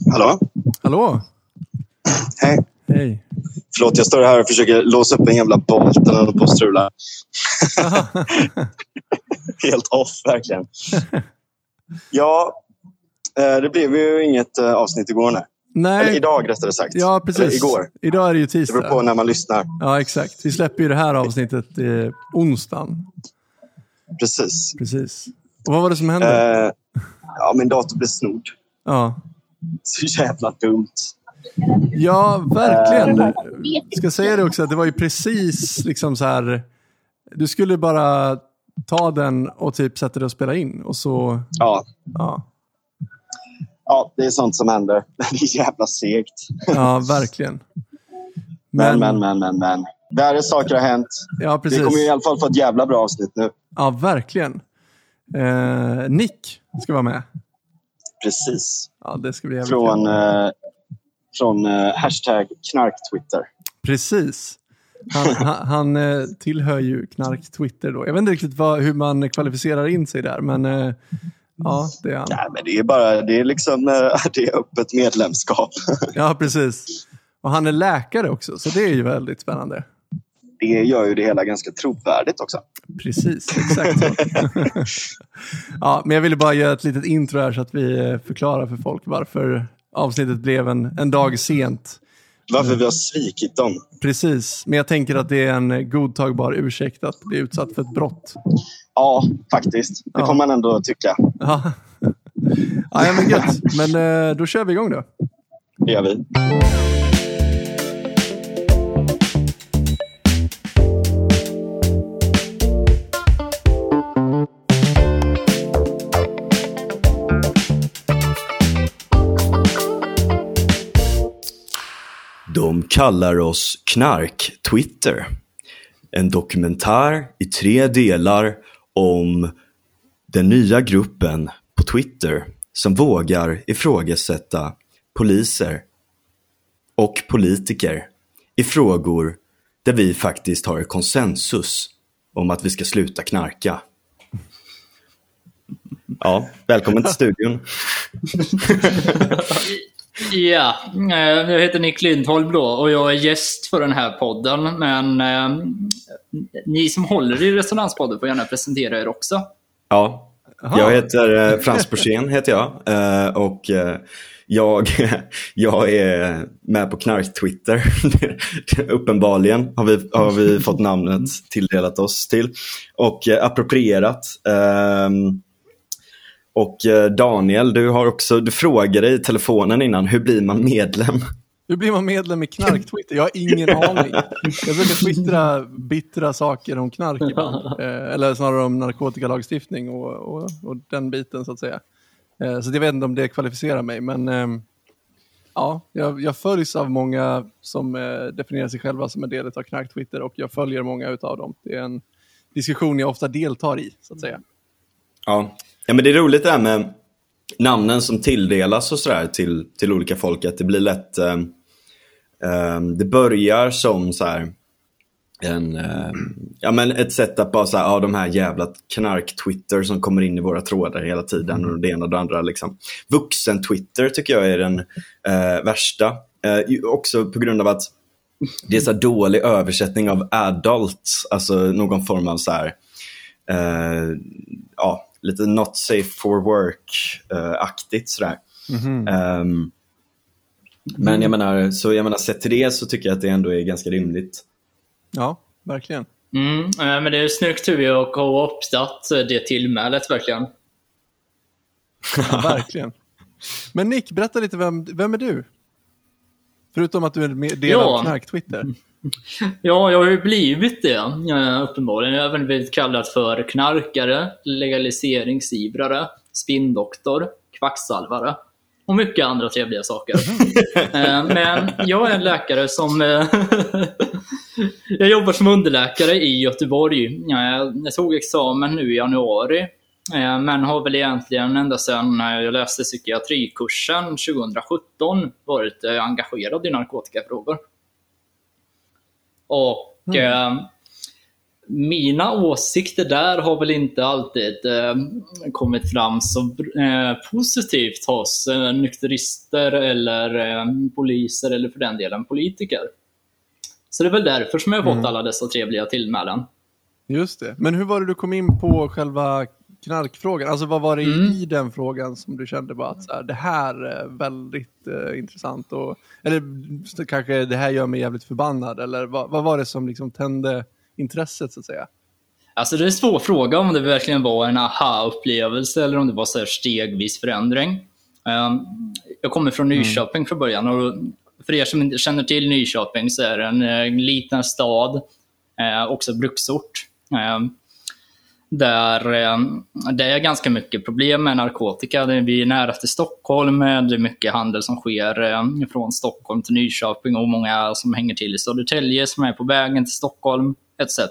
Hallå? Hallå? Hej. Hej. Förlåt, jag står här och försöker låsa upp en jävla bolt eller på strula. Helt off, verkligen. Ja, det blev ju inget avsnitt igår. Nej. Eller idag rättare sagt. Ja, precis. Eller igår. Idag är det ju tisdag. Det beror på när man lyssnar. Ja, exakt. Vi släpper ju det här avsnittet onsdagen. Precis. Och vad var det som hände? Ja, min dator blev snodd. Ja. Så jävla dumt. Ja, verkligen. Jag ska säga det också, att det var ju precis liksom så här. Du skulle bara ta den och typ sätta dig och spela in. Och så... Ja, det är sånt som händer. Det är jävla segt. Ja, verkligen. Men. Där är saker har hänt. Ja, precis. Vi kommer i alla fall få ett jävla bra avsnitt nu. Ja, verkligen. Nick ska vara med. Precis. Ja, det ska bli jävligt kul. Från hashtag knarktwitter. Precis. Han tillhör ju knark-Twitter då. Jag vet inte riktigt hur man kvalificerar in sig där, men ja, det är han. Nej, men det är öppet medlemskap. Ja, precis. Och han är läkare också, så det är ju väldigt spännande. Det gör ju det hela ganska trovärdigt också. Precis, exakt så. Ja, men jag ville bara göra ett litet intro här så att vi förklarar för folk varför avsnittet blev en dag sent. Varför vi har svikit dem. Precis, men jag tänker att det är en godtagbar ursäkt att bli utsatt för ett brott. Ja, faktiskt. Det får man ändå tycka. Ja, men gött. Men då kör vi igång då. Det gör vi. De kallar oss Knark-Twitter. En dokumentär i 3 delar om den nya gruppen på Twitter som vågar ifrågasätta poliser och politiker i frågor där vi faktiskt har konsensus om att vi ska sluta knarka. Ja, välkommen till studion. Ja, jag heter Nick Lindholm då och jag är gäst för den här podden. Men ni som håller i Resonanspodden får gärna presentera er också. Ja, jag heter Frans Borssén heter jag. Och jag är med på Knark-Twitter. Uppenbarligen har vi fått namnet tilldelat oss till. Och approprierat. Och Daniel, du frågade i telefonen innan, hur blir man medlem? Hur blir man medlem i Knark-Twitter? Jag har ingen aning. Jag brukar twittra bittra saker om knark ibland. Eller snarare om narkotikalagstiftning och den biten så att säga. Så jag vet inte om det kvalificerar mig. Men ja, jag följs av många som definierar sig själva som en del av Knark-Twitter. Och jag följer många utav dem. Det är en diskussion jag ofta deltar i så att säga. Ja, men det är roligt det här med namnen som tilldelas och sådär till olika folk. Att det blir lätt... det börjar som så här ett sätt att bara så här, de här jävla knark-Twitter som kommer in i våra trådar hela tiden och det ena och det andra liksom. Vuxen-Twitter tycker jag är den värsta. Också på grund av att det är så här dålig översättning av adult, alltså någon form av så här lite not safe for work-aktigt sådär. Men jag menar sett till det så tycker jag att det ändå är ganska rimligt. Ja, verkligen. Men det är snyggt hur vi har uppsatt det tillmälet verkligen. Ja, verkligen. Men Nick, berätta lite, vem är du? Förutom att du är del av Knark-Twitter. Ja, jag har ju blivit det uppenbarligen. Jag har även blivit kallad för knarkare, legaliseringsivrare, spindoktor, kvacksalvare och mycket andra trevliga saker. Men jag är en läkare som... jag jobbar som underläkare i Göteborg. Jag tog examen nu i januari. Men har väl egentligen ända sedan jag läste psykiatrikursen 2017 varit engagerad i narkotikafrågor. Och Mina åsikter där har väl inte alltid kommit fram så positivt hos nykterister eller poliser eller för den delen politiker. Så det är väl därför som jag har fått alla dessa trevliga tillmälen. Just det. Men hur var det du kom in på själva knarkfrågan? Alltså vad var det i den frågan som du kände bara att så här, det här är väldigt intressant eller kanske det här gör mig jävligt förbannad, eller vad var det som liksom tände intresset så att säga? Alltså det är en svår fråga om det verkligen var en aha-upplevelse eller om det var så här stegvis förändring. Jag kommer från Nyköping från början, och för er som inte känner till Nyköping så är det en liten stad, också bruksort, där det är ganska mycket problem med narkotika. Vi är nära till Stockholm, det är mycket handel som sker från Stockholm till Nyköping och många som hänger till i Södertälje som är på vägen till Stockholm etc.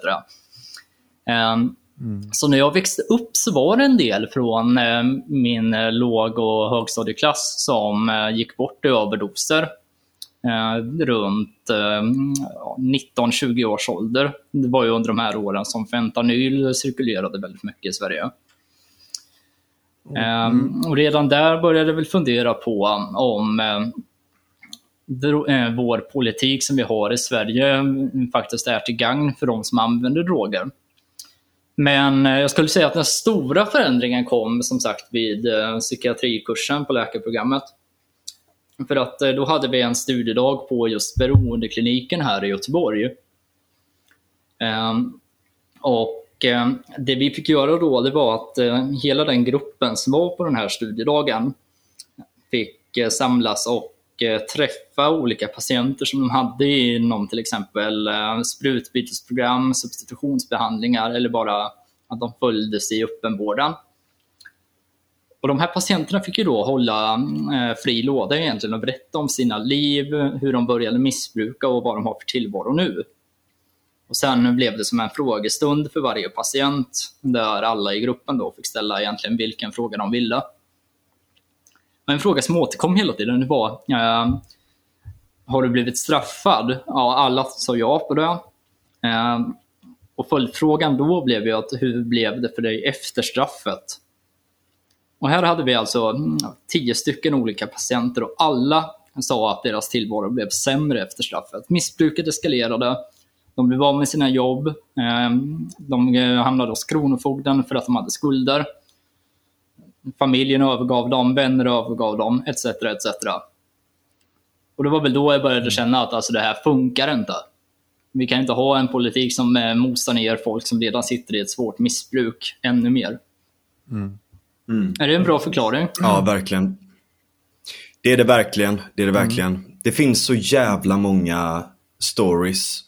Så när jag växte upp så var det en del från min låg- och högstadieklass som gick bort i överdoser runt 19-20 års ålder. Det var ju under de här åren som fentanyl cirkulerade väldigt mycket i Sverige. Och redan där började jag väl fundera på om vår politik som vi har i Sverige faktiskt är till gagn för de som använder droger. Men jag skulle säga att den stora förändringen kom som sagt vid psykiatrikursen på läkarprogrammet. För att då hade vi en studiedag på just beroendekliniken här i Göteborg. Och det vi fick göra då, det var att hela den gruppen som var på den här studiedagen fick samlas och träffa olika patienter som de hade inom till exempel sprutbytesprogram, substitutionsbehandlingar eller bara att de följdes i öppenvården. Och de här patienterna fick ju då hålla fri låda egentligen och berätta om sina liv, hur de började missbruka och vad de har för tillvaro nu. Och sen blev det som en frågestund för varje patient där alla i gruppen då fick ställa egentligen vilken fråga de ville. Och en fråga som återkom hela tiden var: har du blivit straffad? Ja, alla sa ja på det. Och följdfrågan då blev ju att hur blev det för dig efter straffet? Och här hade vi alltså 10 stycken olika patienter och alla sa att deras tillvaro blev sämre efter straffet. Missbruket eskalerade, de blev av med sina jobb, de hamnade hos kronofogden för att de hade skulder. Familjen övergav dem, vänner övergav dem, etc. etc. Och det var väl då jag började känna att alltså, det här funkar inte. Vi kan inte ha en politik som mosar ner folk som redan sitter i ett svårt missbruk ännu mer. Är det en bra förklaring? Ja, verkligen. Det är det verkligen. Det finns så jävla många stories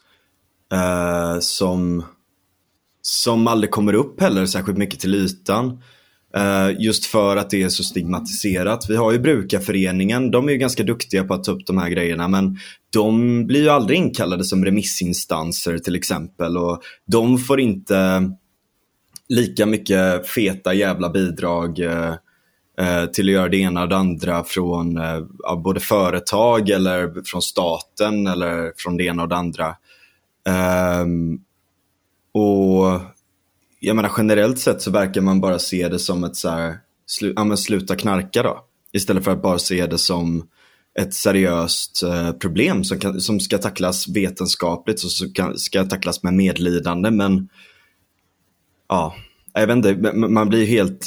som aldrig kommer upp heller särskilt mycket till ytan. Just för att det är så stigmatiserat. Vi har ju brukarföreningen, de är ju ganska duktiga på att ta upp de här grejerna, men de blir ju aldrig inkallade som remissinstanser till exempel, och de får inte lika mycket feta jävla bidrag till att göra det ena och det andra från både företag eller från staten eller från det ena och det andra. Och jag menar, generellt sett så verkar man bara se det som ett så här, sluta knarka då, istället för att bara se det som ett seriöst problem som ska tacklas vetenskapligt och ska tacklas med medlidande. Men ja, jag vet inte, man blir helt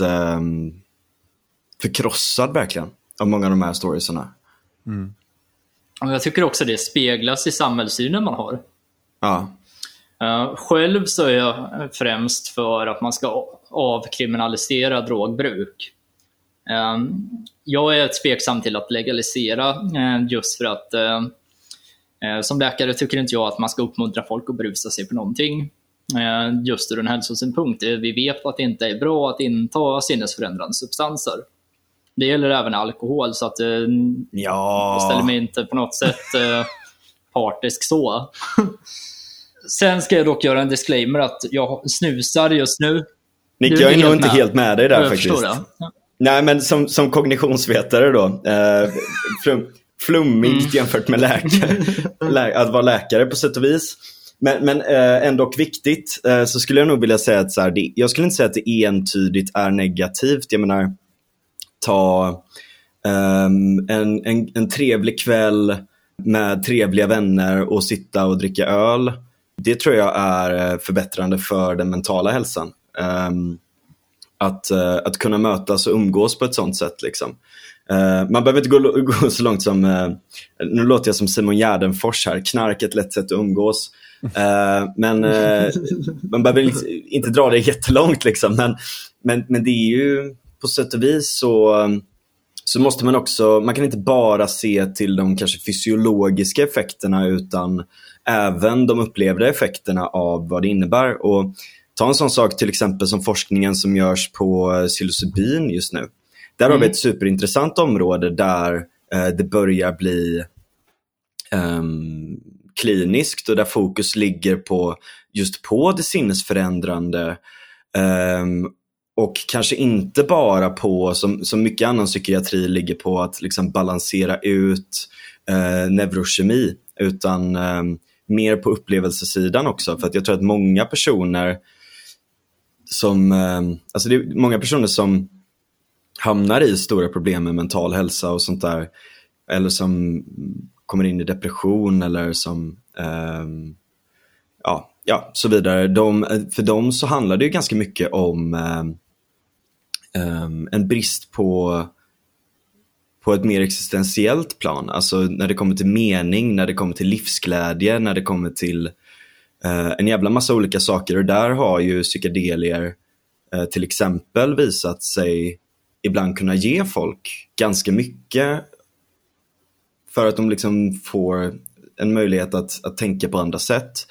förkrossad verkligen av många av de här storiesarna. Och jag tycker också det speglas i samhällssynen man har. Ja. Själv så är jag främst för att man ska avkriminalisera drogbruk. Jag är tveksam till att legalisera just för att som läkare tycker inte jag att man ska uppmuntra folk att brusa sig på någonting. Just ur en hälsosynpunkt. Vi vet att det inte är bra att inta sinnesförändrande substanser. Det gäller även alkohol, så att jag ställer mig inte på något sätt partisk så. Sen ska jag dock göra en disclaimer att jag snusar just nu. Nick, jag är nog inte helt med dig där jag faktiskt. Nej, men som kognitionsvetare då, flummigt jämfört med läkare. Att vara läkare på sätt och vis. Men ändå viktigt, så skulle jag nog vilja säga att jag skulle inte säga att det entydigt är negativt. Jag menar, ta en trevlig kväll med trevliga vänner och sitta och dricka öl. Det tror jag är förbättrande för den mentala hälsan. Att kunna mötas och umgås på ett sånt sätt liksom. Man behöver inte gå så långt som nu låter jag som Simon Gärdenfors här, knark är ett lätt sätt att umgås. Men man behöver inte dra det jättelångt liksom. Men det är ju på sätt och vis så måste man också, man kan inte bara se till de kanske fysiologiska effekterna utan även de upplevda effekterna av vad det innebär. Och ta en sån sak till exempel som forskningen som görs på psilocybin just nu. Där har vi ett superintressant område där det börjar bli kliniskt och där fokus ligger på just på det sinnesförändrande och kanske inte bara på som mycket annan psykiatri ligger på att liksom balansera ut neurokemi utan mer på upplevelsesidan också, för att jag tror att många personer som hamnar i stora problem med mental hälsa och sånt där, eller som kommer in i depression eller som så vidare, för dem så handlar det ju ganska mycket om en brist på ett mer existentiellt plan, alltså när det kommer till mening, när det kommer till livsglädje, när det kommer till en jävla massa olika saker. Och där har ju psykedelier till exempel visat sig ibland kunna ge folk ganska mycket för att de liksom får en möjlighet att tänka på andra sätt,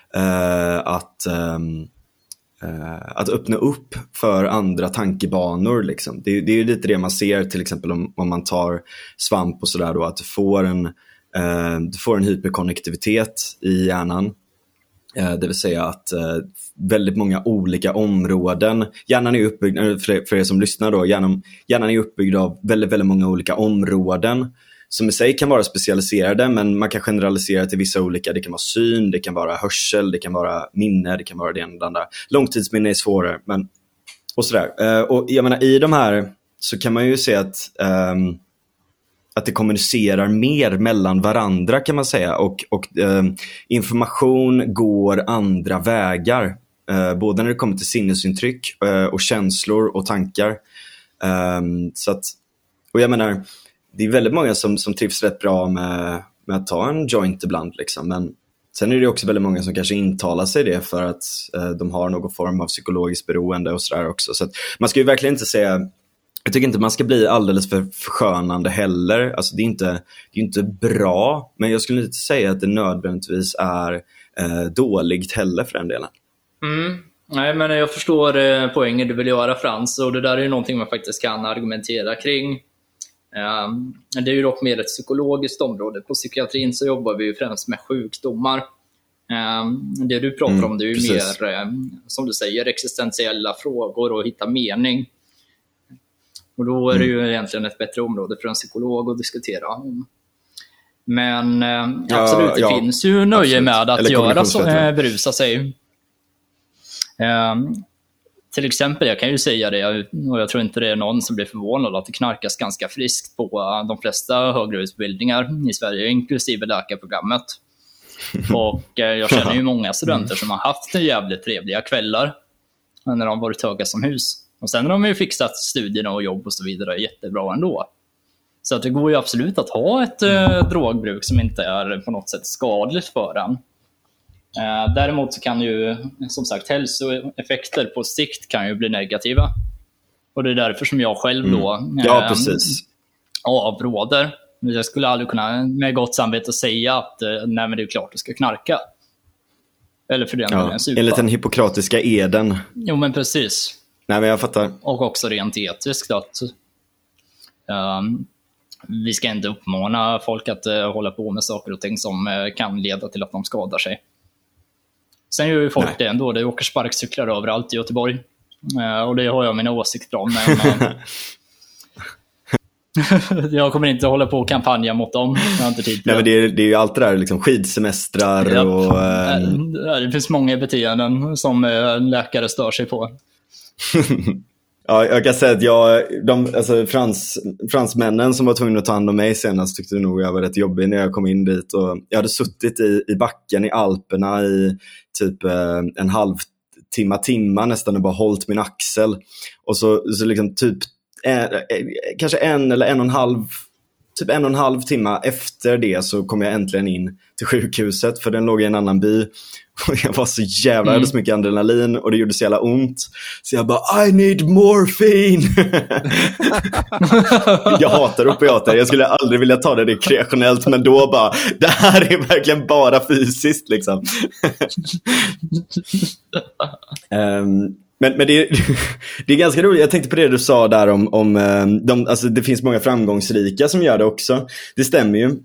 att öppna upp för andra tankebanor liksom. Det är ju lite det man ser till exempel om man tar svamp och sådär då, att du får en hyperkonnektivitet i hjärnan. Det vill säga att väldigt många olika områden, hjärnan är uppbyggd, för er som lyssnar då, hjärnan är uppbyggd av väldigt, väldigt många olika områden som i sig kan vara specialiserade, men man kan generalisera till vissa olika. Det kan vara syn, det kan vara hörsel, det kan vara minne, det kan vara det ena och det andra. Långtidsminne är svårare, men och sådär. Och jag menar, i de här så kan man ju se att det kommunicerar mer mellan varandra kan man säga, och information går andra vägar, både när det kommer till sinnesintryck och känslor och tankar. Så att, och jag menar, det är väldigt många som trivs rätt bra med att ta en joint ibland liksom. Men sen är det också väldigt många som kanske intalar sig det för att de har någon form av psykologiskt beroende och sådär också. Så att man ska ju verkligen inte säga, jag tycker inte man ska bli alldeles för förskönande heller. Alltså det är inte bra, men jag skulle inte säga att det nödvändigtvis är dåligt heller för den delen. Nej, men jag förstår poängen du vill göra, Frans, och det där är ju någonting man faktiskt kan argumentera kring. Det är ju dock mer ett psykologiskt område. På psykiatrin så jobbar vi ju främst med sjukdomar. Det du pratar om, det är ju precis mer, som du säger, existentiella frågor och hitta mening. Och då är det ju egentligen ett bättre område för en psykolog att diskutera. Men absolut, det finns ju nöje med att göra så, berusa sig. Till exempel, jag kan ju säga det, och jag tror inte det är någon som blir förvånad, att det knarkas ganska friskt på de flesta högre utbildningar i Sverige, inklusive läkarprogrammet. Och jag känner ju många studenter som har haft jävligt trevliga kvällar när de varit höga som hus. Och sen har de ju fixat studierna och jobb och så vidare jättebra ändå. Så att det går ju absolut att ha ett drogbruk som inte är på något sätt skadligt för en. Däremot så kan ju, som sagt, hälsoeffekter på sikt kan ju bli negativa. Och det är därför som jag själv då avråder. Jag skulle aldrig kunna med gott samvete säga att nej, men det är klart du ska knarka. Eller för den delen supa. Enligt den hippokratiska eden. Jo, men precis. Nej, men jag fattar. Och också rent etiskt att vi ska inte uppmana folk att hålla på med saker och ting som kan leda till att de skadar sig. Sen gör ju folk det ändå. Det åker sparkcyklar överallt i Göteborg. Och det har jag mina åsikter om. Men, Jag kommer inte hålla på och kampanja mot dem. Jag har inte tid för Nej, men det är ju allt det där, liksom skidsemestrar Japp. och... Det finns många beteenden som läkare stör sig på. Ja, jag kan säga att fransmännen som var tvungna att ta hand om mig senast tyckte nog jag var rätt jobbig när jag kom in dit. Och jag hade suttit i backen i Alperna i typ en halvtimme nästan och bara hållit min axel. Och så liksom typ kanske en eller en och en halv timme efter det så kom jag äntligen in till sjukhuset, för den låg i en annan by. Och jag var så jävla, hade så mycket adrenalin och det gjorde så jävla ont. Så jag bara, I need morphine. Jag hatar opiater. Jag skulle aldrig vilja ta det rekreationellt, men då bara, det här är verkligen bara fysiskt liksom. Men det är ganska roligt. Jag tänkte på det du sa där om alltså det finns många framgångsrika som gör det också. Det stämmer ju.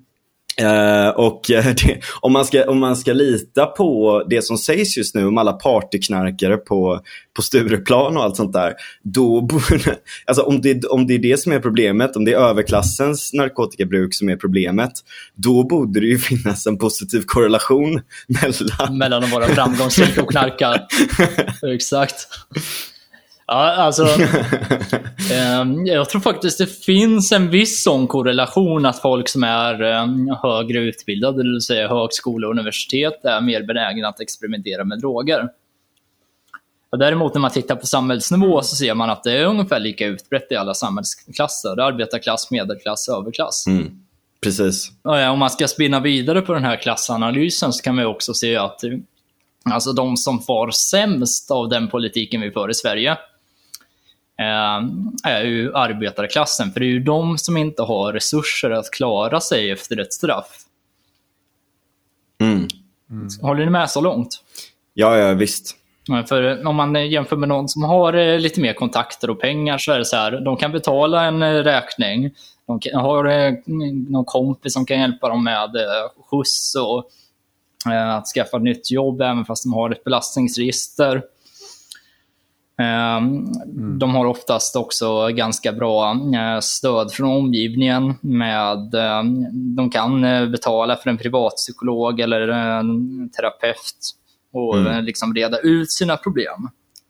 Om man ska lita på det som sägs just nu om alla partyknarkare på Stureplan och allt sånt där, då alltså om det är det som är problemet, om det är överklassens narkotikabruk som är problemet, då borde det ju finnas en positiv korrelation mellan att vara framgångsrik och knarka. Exakt. Ja, alltså jag tror faktiskt det finns en viss sån korrelation att folk som är högre utbildade, det vill säga högskola och universitet, är mer benägna att experimentera med droger. Och däremot när man tittar på samhällsnivå så ser man att det är ungefär lika utbrett i alla samhällsklasser. Arbetarklass, medelklass, överklass. Precis. Om man ska spinna vidare på den här klassanalysen så kan man också se att alltså de som far sämst av den politiken vi för i Sverige är ju arbetarklassen. För det är ju de som inte har resurser att klara sig efter ett straff. Håller ni med så långt? Ja, visst. För om man jämför med någon som har lite mer kontakter och pengar, så är det så här, de kan betala en räkning. De har någon kompis som kan hjälpa dem med skjuts och att skaffa nytt jobb även fast de har ett belastningsregister. De har oftast också ganska bra stöd från omgivningen med de kan betala för en privatpsykolog eller en terapeut och liksom reda ut sina problem.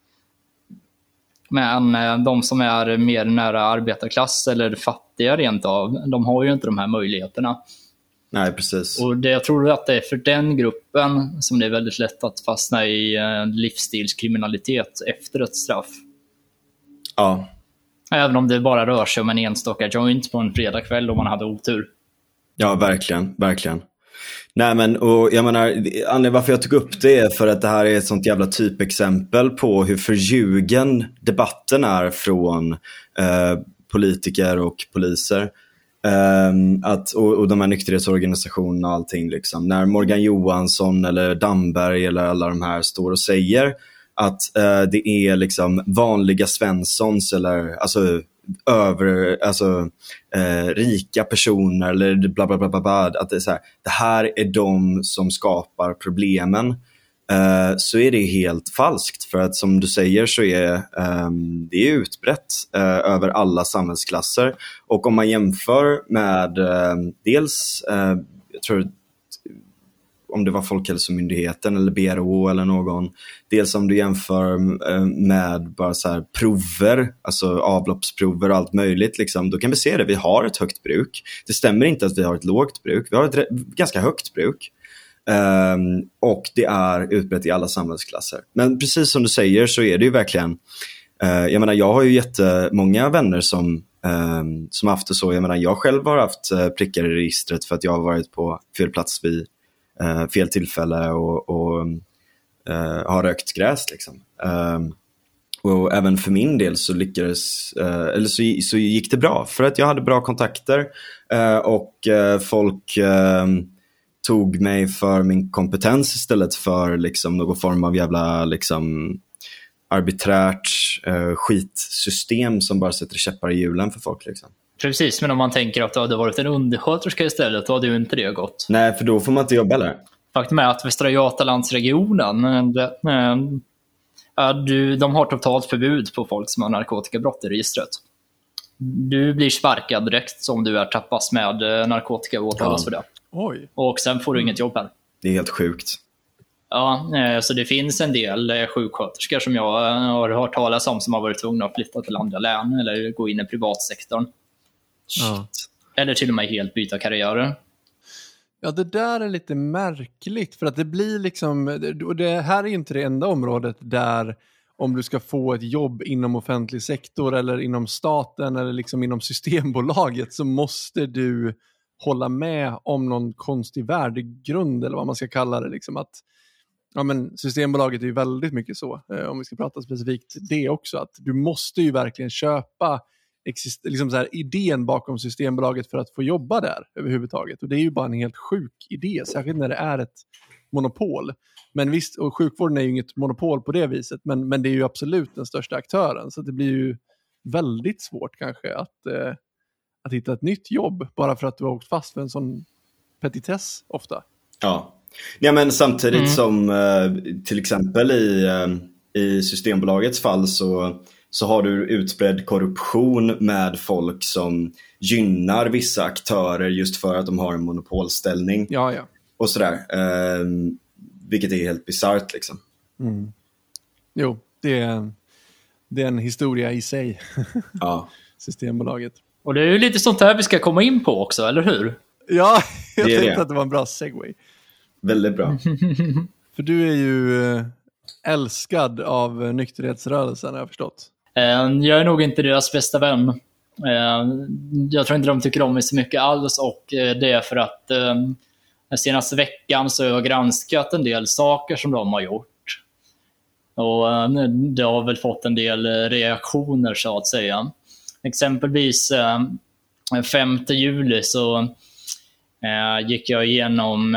Men de som är mer nära arbetarklass eller fattiga rent av, de har ju inte de här möjligheterna. Nej, precis. Och jag tror att det är för den gruppen som det är väldigt lätt att fastna i livsstilskriminalitet efter ett straff. Ja. Även om det bara rör sig om en enstaka joint på en fredagkväll om man hade otur. Ja, verkligen, verkligen. Nej, men och jag menar, anledningen varför jag tog upp det är för att det här är ett sånt jävla typexempel på hur förljugen debatten är från politiker och poliser. Och de här nykterhetsorganisationerna och allting liksom. När Morgan Johansson eller Damberg eller alla de här står och säger att det är liksom vanliga Svenssons eller rika personer eller bla bla bla bla bla, att det är så här, det här är de som skapar problemen, så är det helt falskt, för att som du säger så är det är utbrett över alla samhällsklasser. Och om man jämför med dels jag tror om det var Folkhälsomyndigheten eller BRO eller någon, dels om du jämför med bara så här prover, alltså avloppsprover och allt möjligt liksom, då kan vi se det, vi har ett högt bruk. Det stämmer inte att vi har ett lågt bruk, vi har ett ganska högt bruk. Och det är utbrett i alla samhällsklasser. Men precis som du säger så är det ju verkligen, jag menar, jag har ju jättemånga vänner som haft det så. Jag menar, jag själv har haft prickar i registret för att jag har varit på fel plats vid fel tillfälle och har rökt gräs liksom. Och även för min del så lyckades eller så gick det bra för att jag hade bra kontakter och folk tog mig för min kompetens istället för liksom någon form av jävla liksom arbiträrt skitsystem som bara sätter käppar i hjulen för folk liksom. Precis, men om man tänker att det hade varit en undersköterska istället, då hade ju inte det gått. Nej, för då får man inte jobba där. Faktum är att Västra Götalandsregionen de har totalt förbud på folk som har narkotikabrott i registret. Du blir sparkad direkt om du är tappas med narkotika och åtalas för det. Oj. Och sen får du inget jobb här. Det är helt sjukt. Ja, så det finns en del sjuksköterskor som jag har hört talas om som har varit tvungna att flytta till andra län eller gå in i privatsektorn. Ja. Eller till och med helt byta karriärer. Ja, det där är lite märkligt för att det blir liksom, och det här är inte det enda området där om du ska få ett jobb inom offentlig sektor eller inom staten eller liksom inom Systembolaget så måste du hålla med om någon konstig värdegrund eller vad man ska kalla det. Liksom att, ja, men Systembolaget är ju väldigt mycket så, om vi ska prata specifikt det också, att du måste ju verkligen köpa liksom så här, idén bakom Systembolaget för att få jobba där överhuvudtaget. Och det är ju bara en helt sjuk idé, särskilt när det är ett monopol. Men visst, och sjukvården är ju inget monopol på det viset, men det är ju absolut den största aktören. Så det blir ju väldigt svårt kanske att hitta ett nytt jobb bara för att du har åkt fast för en sån petitess ofta. Ja, men samtidigt som till exempel i Systembolagets fall så har du utbredd korruption med folk som gynnar vissa aktörer just för att de har en monopolställning. Ja. Och sådär. Vilket är helt bizarrt liksom. Mm. Jo, det är en historia i sig. Ja. Systembolaget. Och det är ju lite sånt här vi ska komma in på också, eller hur? Ja, jag tänkte att det var en bra segway. Väldigt bra. För du är ju älskad av nykterhetsrörelsen, har jag förstått. Jag är nog inte deras bästa vän. Jag tror inte de tycker om mig så mycket alls, och det är för att den senaste veckan så har jag granskat en del saker som de har gjort. Och det har väl fått en del reaktioner så att säga. Exempelvis 5 juli så gick jag igenom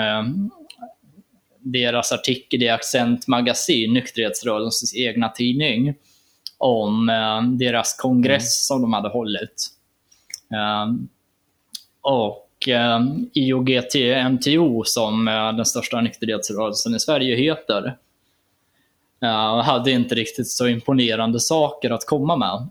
deras artikel i Accent Magasin, nykterhetsrörelsens egna tidning, om deras kongress som de hade hållit. Och IOGT-NTO, som den största nykterhetsrörelsen i Sverige heter, hade inte riktigt så imponerande saker att komma med.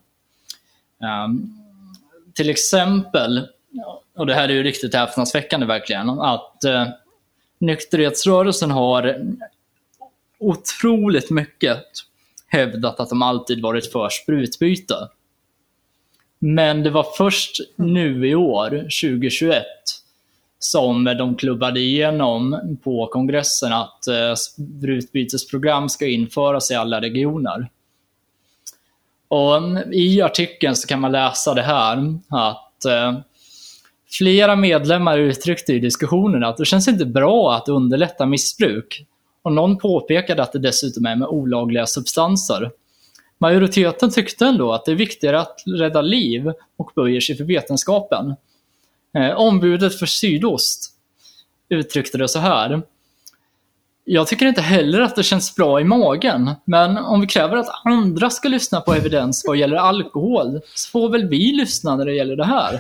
Till exempel, och det här är ju riktigt häpnadsväckande verkligen, att nykterhetsrörelsen har otroligt mycket hävdat att de alltid varit för sprutbyte. Men det var först nu i år, 2021, som de klubbade igenom på kongressen att sprutbytesprogram ska införas i alla regioner. Och i artikeln så kan man läsa det här, att flera medlemmar uttryckte i diskussionen att det känns inte bra att underlätta missbruk. Och någon påpekade att det dessutom är med olagliga substanser. Majoriteten tyckte ändå att det är viktigare att rädda liv och böjer sig för vetenskapen. Ombudet för Sydost uttryckte det så här: jag tycker inte heller att det känns bra i magen, men om vi kräver att andra ska lyssna på evidens vad gäller alkohol, så får väl vi lyssna när det gäller det här.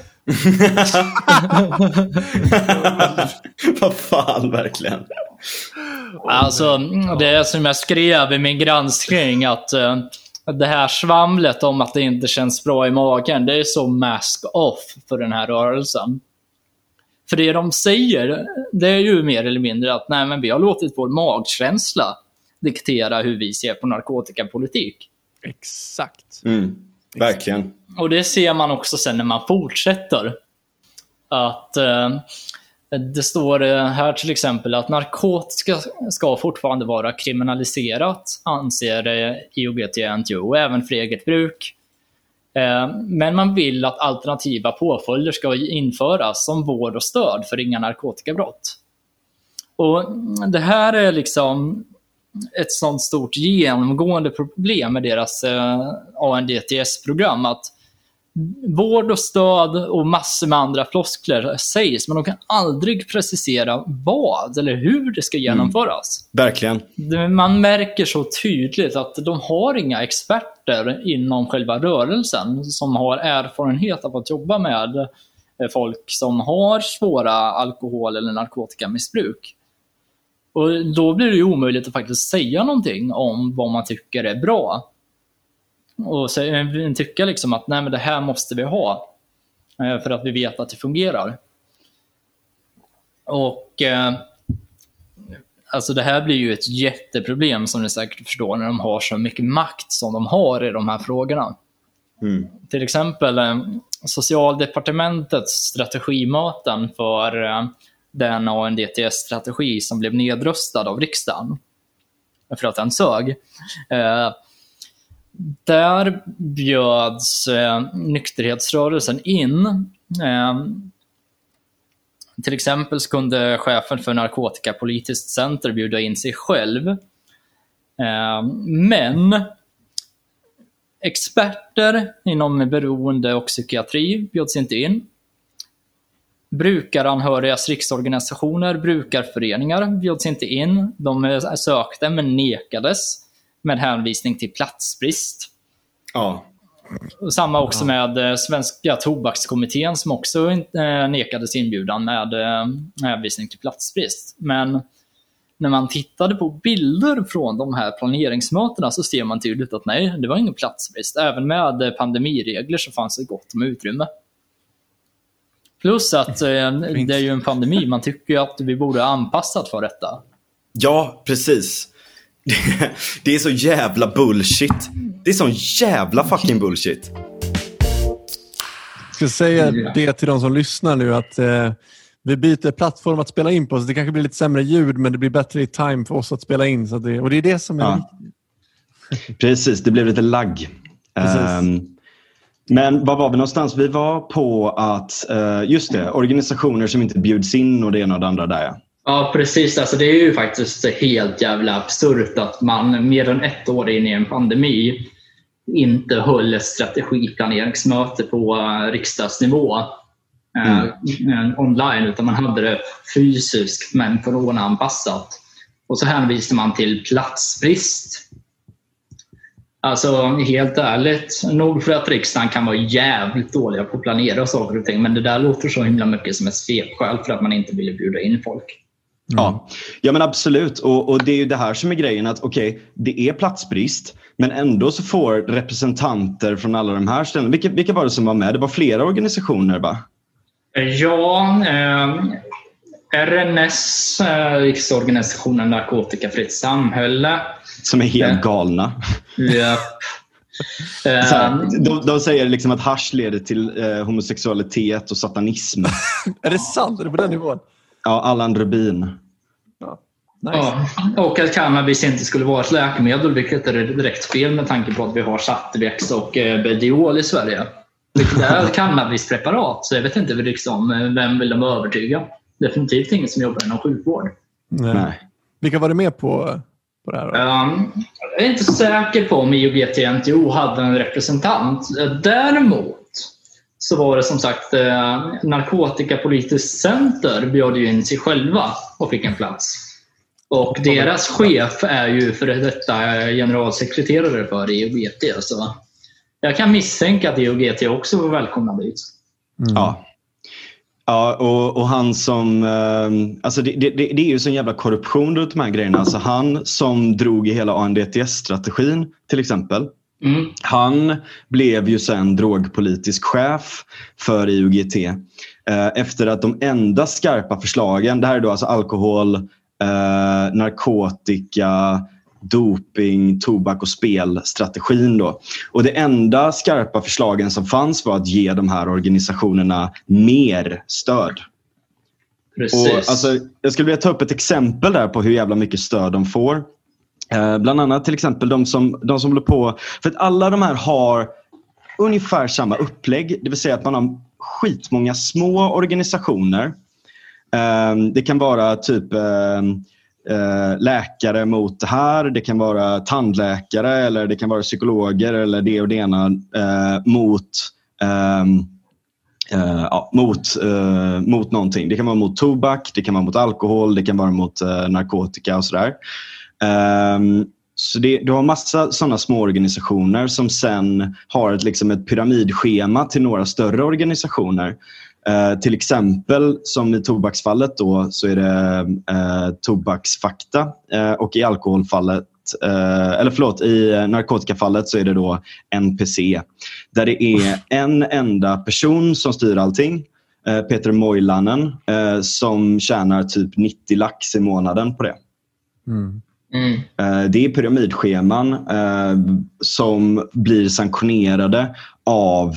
Vad fan, verkligen. Alltså, det är som jag skrev i min granskning, att det här svamlet om att det inte känns bra i magen, det är så mask off för den här rörelsen. För det de säger, det är ju mer eller mindre att nej, men vi har låtit vår magkänsla diktera hur vi ser på narkotikapolitik. Exakt. Verkligen. Och det ser man också sen när man fortsätter. Att det står här till exempel att narkotika ska fortfarande vara kriminaliserat, anser IOGT-NTO, och även för eget bruk. Men man vill att alternativa påföljder ska införas som vård och stöd för ringa narkotikabrott. Och det här är liksom ett sånt stort genomgående problem med deras ANDTS-program, att vård och stöd och massor med andra floskler sägs, men de kan aldrig precisera vad eller hur det ska genomföras. Verkligen. Man märker så tydligt att de har inga experter inom själva rörelsen som har erfarenhet av att jobba med folk som har svåra alkohol- eller narkotikamissbruk. Och då blir det ju omöjligt att faktiskt säga någonting om vad man tycker är bra. och tycka liksom att nej, men det här måste vi ha för att vi vet att det fungerar. Och alltså det här blir ju ett jätteproblem, som ni säkert förstår, när de har så mycket makt som de har i de här frågorna. Till exempel Socialdepartementets strategimöten för den ANDTS-strategi som blev nedröstad av riksdagen för att den sög. Där bjöds nykterhetsrörelsen in. Till exempel så kunde chefen för narkotikapolitiskt center bjuda in sig själv. Men experter inom beroende och psykiatri bjöds inte in. Brukaranhörigas riksorganisationer, brukarföreningar bjöds inte in. De sökte men nekades med hänvisning till platsbrist. Ja. Och samma också med Svenska tobakskommittén, som också nekades inbjudan med hänvisning till platsbrist. Men när man tittade på bilder från de här planeringsmötena så ser man tydligt att nej, det var ingen platsbrist. Även med pandemiregler så fanns det gott om utrymme. Plus att det är ju en pandemi. Man tycker ju att vi borde ha anpassat för detta. Ja, precis. Det är så jävla bullshit. Det är sån jävla fucking bullshit. Jag ska säga det till de som lyssnar nu, att vi byter plattform att spela in på, så det kanske blir lite sämre ljud, men det blir bättre i time för oss att spela in, så och det är det som är viktigt. Precis, det blev lite lagg. Men var vi någonstans? Vi var på att, just det, organisationer som inte bjuds in och det ena och det andra där. Ja. Ja, precis. Alltså, det är ju faktiskt helt jävla absurt att man mer än ett år in i en pandemi inte höll ett strategiplaneringsmöte på riksdagsnivå online, utan man hade det fysiskt men coronaanpassat. Och så hänvisade man till platsbrist. Alltså helt ärligt, nog för att riksdagen kan vara jävligt dåliga på att planera saker och ting, men det där låter så himla mycket som ett svepskäl för att man inte ville bjuda in folk. Ja men absolut, och det är ju det här som är grejen, att okej, det är platsbrist, men ändå så får representanter från alla de här ställena, vilka var det som var med? Det var flera organisationer, va? Ja, RNS, Riksorganisationen Narkotikafritt samhälle. Som är helt galna. Ja. De säger liksom att hasch leder till homosexualitet och satanism. Är det sant? Är det på den nivån? Ja, Allan Rubin. Ja. Nice. Ja, och att cannabis inte skulle vara ett läkemedel, vilket är direkt fel med tanke på att vi har Sativex och Bediol i Sverige. Vilket är cannabispreparat, så jag vet inte liksom, vem vill de övertyga. Definitivt ingen som jobbar inom sjukvård. Nej. Vilka var det med på det här då? Jag är inte säker på om IOGT-NTO hade en representant. Däremot så var det som sagt Narkotikapolitiskt center bjöd ju in sig själva och fick en plats. Och deras chef är ju för detta generalsekreterare för IOGT. Så jag kan misstänka att IOGT också var välkomna dit. Ja, och han som... Alltså det är ju sån jävla korruption runt de här grejerna. Alltså han som drog i hela ANDTS-strategin till exempel. Han blev ju sen drogpolitisk chef för IOGT. Efter att de enda skarpa förslagen, det här är då alltså alkohol, narkotika, doping, tobak och spelstrategin då. Och det enda skarpa förslagen som fanns var att ge de här organisationerna mer stöd. Precis. Och alltså, jag skulle vilja ta upp ett exempel där på hur jävla mycket stöd de får. Bland annat till exempel de som håller på, för att alla de här har ungefär samma upplägg, det vill säga att man har skitmånga små organisationer. Det kan vara typ läkare mot det här, det kan vara tandläkare eller det kan vara psykologer eller det och det ena mot någonting. Det kan vara mot tobak, det kan vara mot alkohol, det kan vara mot narkotika och sådär. Så du har massa sådana små organisationer som sen har ett pyramidschema till några större organisationer. Till exempel som i tobaksfallet då, så är det Tobaksfakta och i alkoholfallet i narkotikafallet så är det då NPC. Där det är en enda person som styr allting. Peter Moilanen som tjänar typ 90 lax i månaden på det. Det är pyramidscheman som blir sanktionerade av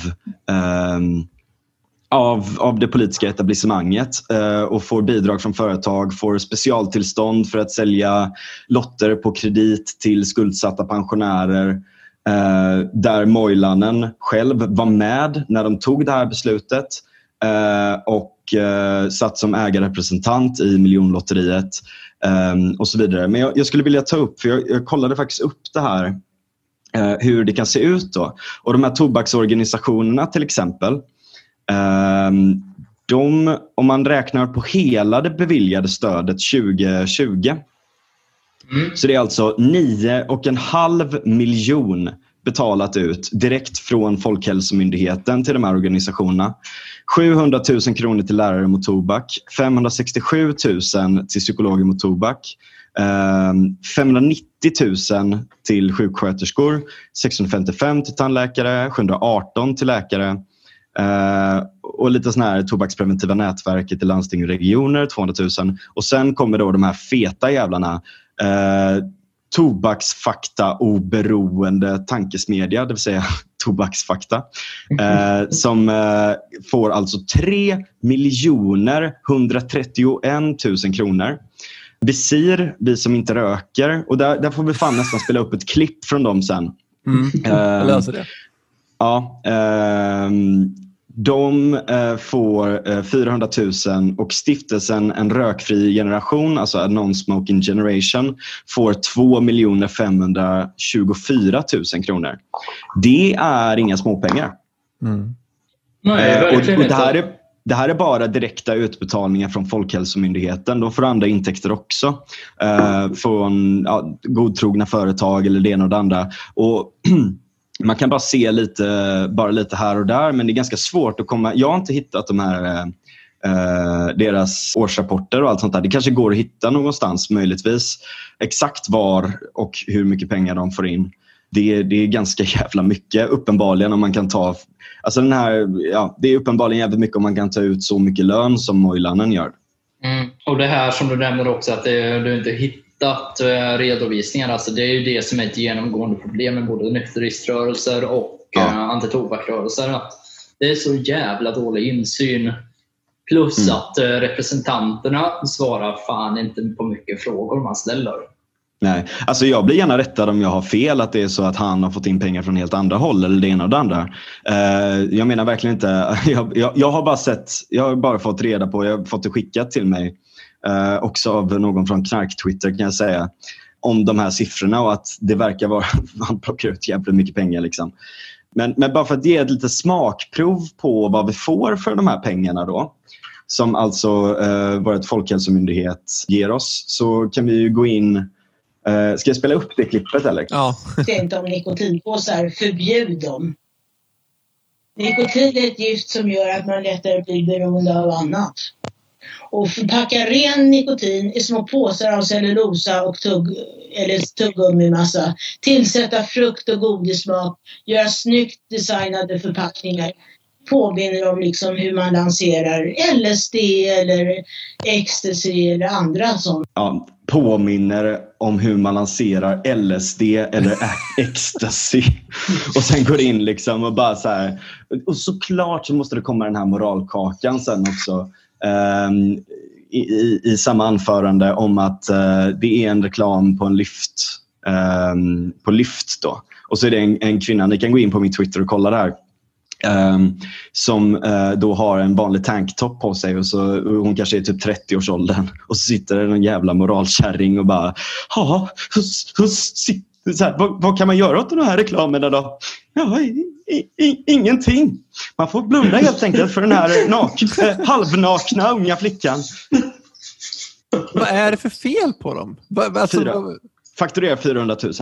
det politiska etablissemanget och får bidrag från företag, får specialtillstånd för att sälja lotter på kredit till skuldsatta pensionärer. Där Moilanen själv var med när de tog det här beslutet och satt som ägarrepresentant i miljonlotteriet och så vidare. Men jag skulle vilja ta upp, för jag kollade faktiskt upp det här, hur det kan se ut då. Och de här tobaksorganisationerna till exempel, om man räknar på hela det beviljade stödet 2020 så det är alltså 9,5 miljon betalat ut direkt från Folkhälsomyndigheten till de här organisationerna. 700 000 kronor till lärare mot tobak, 567 000 till psykologer mot tobak, 590 000 till sjuksköterskor, 655 till tandläkare, 718 till läkare och lite sån här tobakspreventiva nätverket i landsting och regioner, 200 000. Och sen kommer då de här feta jävlarna, tobaksfakta oberoende tankesmedja, det vill säga tobaksfakta, som får alltså 3 131 000 kronor. Visir, vi som inte röker, och där får vi fan nästan spela upp ett klipp från dem sen. Jag löser det. Ja, de får 400 000 och stiftelsen En rökfri generation, alltså A Non-Smoking Generation, får 2 524 000 kronor. Det är inga småpengar. Nej, och det här är bara direkta utbetalningar från Folkhälsomyndigheten. De får andra intäkter också från godtrogna företag eller det ena och det andra. Och man kan bara se lite här och där, men det är ganska svårt att komma. Jag har inte hittat de här deras årsrapporter och allt sånt där. Det kanske går att hitta någonstans möjligtvis exakt var och hur mycket pengar de får in. Det är ganska jävla mycket uppenbarligen om man kan ta. Alltså det är uppenbarligen jävligt mycket om man kan ta ut så mycket lön som Moilanen gör. Och det här som du nämner också, att du inte hittat redovisningar, alltså det är ju det som är ett genomgående problem med både nykteriströrelser och antitobakrörelser, att det är så jävla dålig insyn, plus att representanterna svarar fan inte på mycket frågor man ställer. Nej, alltså jag blir gärna rättad om jag har fel, att det är så att han har fått in pengar från helt andra håll eller det ena och det andra. Jag menar verkligen inte, jag har bara fått reda på, jag har fått det skickat till mig också av någon från Knark-Twitter kan jag säga, om de här siffrorna och att det verkar vara man plockar ut jävligt mycket pengar liksom. Men bara för att ge ett lite smakprov på vad vi får för de här pengarna då, som alltså vår folkhälsomyndighet ger oss, så kan vi ju gå in. Ska jag spela upp det klippet eller? Ja. Inte om nikotinpåsar, förbjud dem. Nikotin är ett gift som gör att man lättare blir beroende av annat. Och förpacka ren nikotin i små påsar av cellulosa och tuggummimassa. Tillsätta frukt och godissmak. Göra snyggt designade förpackningar. Påminner om liksom hur man lanserar LSD eller ecstasy eller andra sånt. Ja, påminner om hur man lanserar LSD eller ecstasy. Och sen går in liksom och bara så här. Och såklart så måste det komma den här moralkakan sen också. I samma anförande om att det är en reklam på en lyft. På lyft då. Och så är det en kvinna, ni kan gå in på min Twitter och kolla det här. Som då har en vanlig tanktop på sig och så hon kanske är typ 30-årsåldern och så sitter det en jävla moralkärring och bara vad kan man göra åt den här reklamen då? Ja, ingenting. Man får blunda helt enkelt för den här halvnakna unga flickan. Vad är det för fel på dem? Fakturerar 400 000.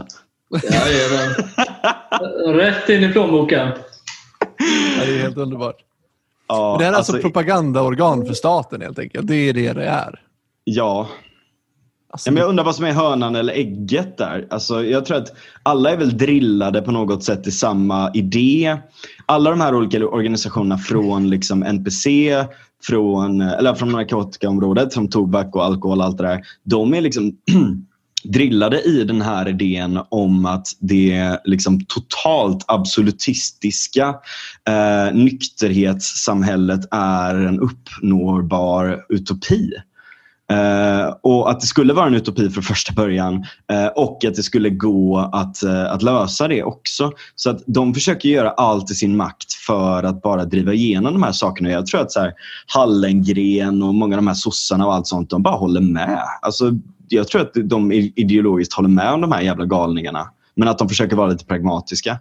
Rätt in i plånboken. Ja, det är helt underbart. Ja, det här är alltså propagandaorgan för staten helt enkelt. Det är det är. Ja. Alltså, men jag undrar vad som är hönan eller ägget där. Alltså, jag tror att alla är väl drillade på något sätt i samma idé. Alla de här olika organisationerna från liksom NPC, från narkotikaområdet, som tobak och alkohol och allt det där. De är liksom drillade i den här idén om att det liksom totalt absolutistiska nykterhetssamhället är en uppnåbar utopi. Och att det skulle vara en utopi från första början, och att det skulle gå att lösa det också. Så att de försöker göra allt i sin makt för att bara driva igenom de här sakerna. Jag tror att så här, Hallengren och många av de här sossarna och allt sånt, de bara håller med. Alltså, jag tror att de ideologiskt håller med om de här jävla galningarna, men att de försöker vara lite pragmatiska.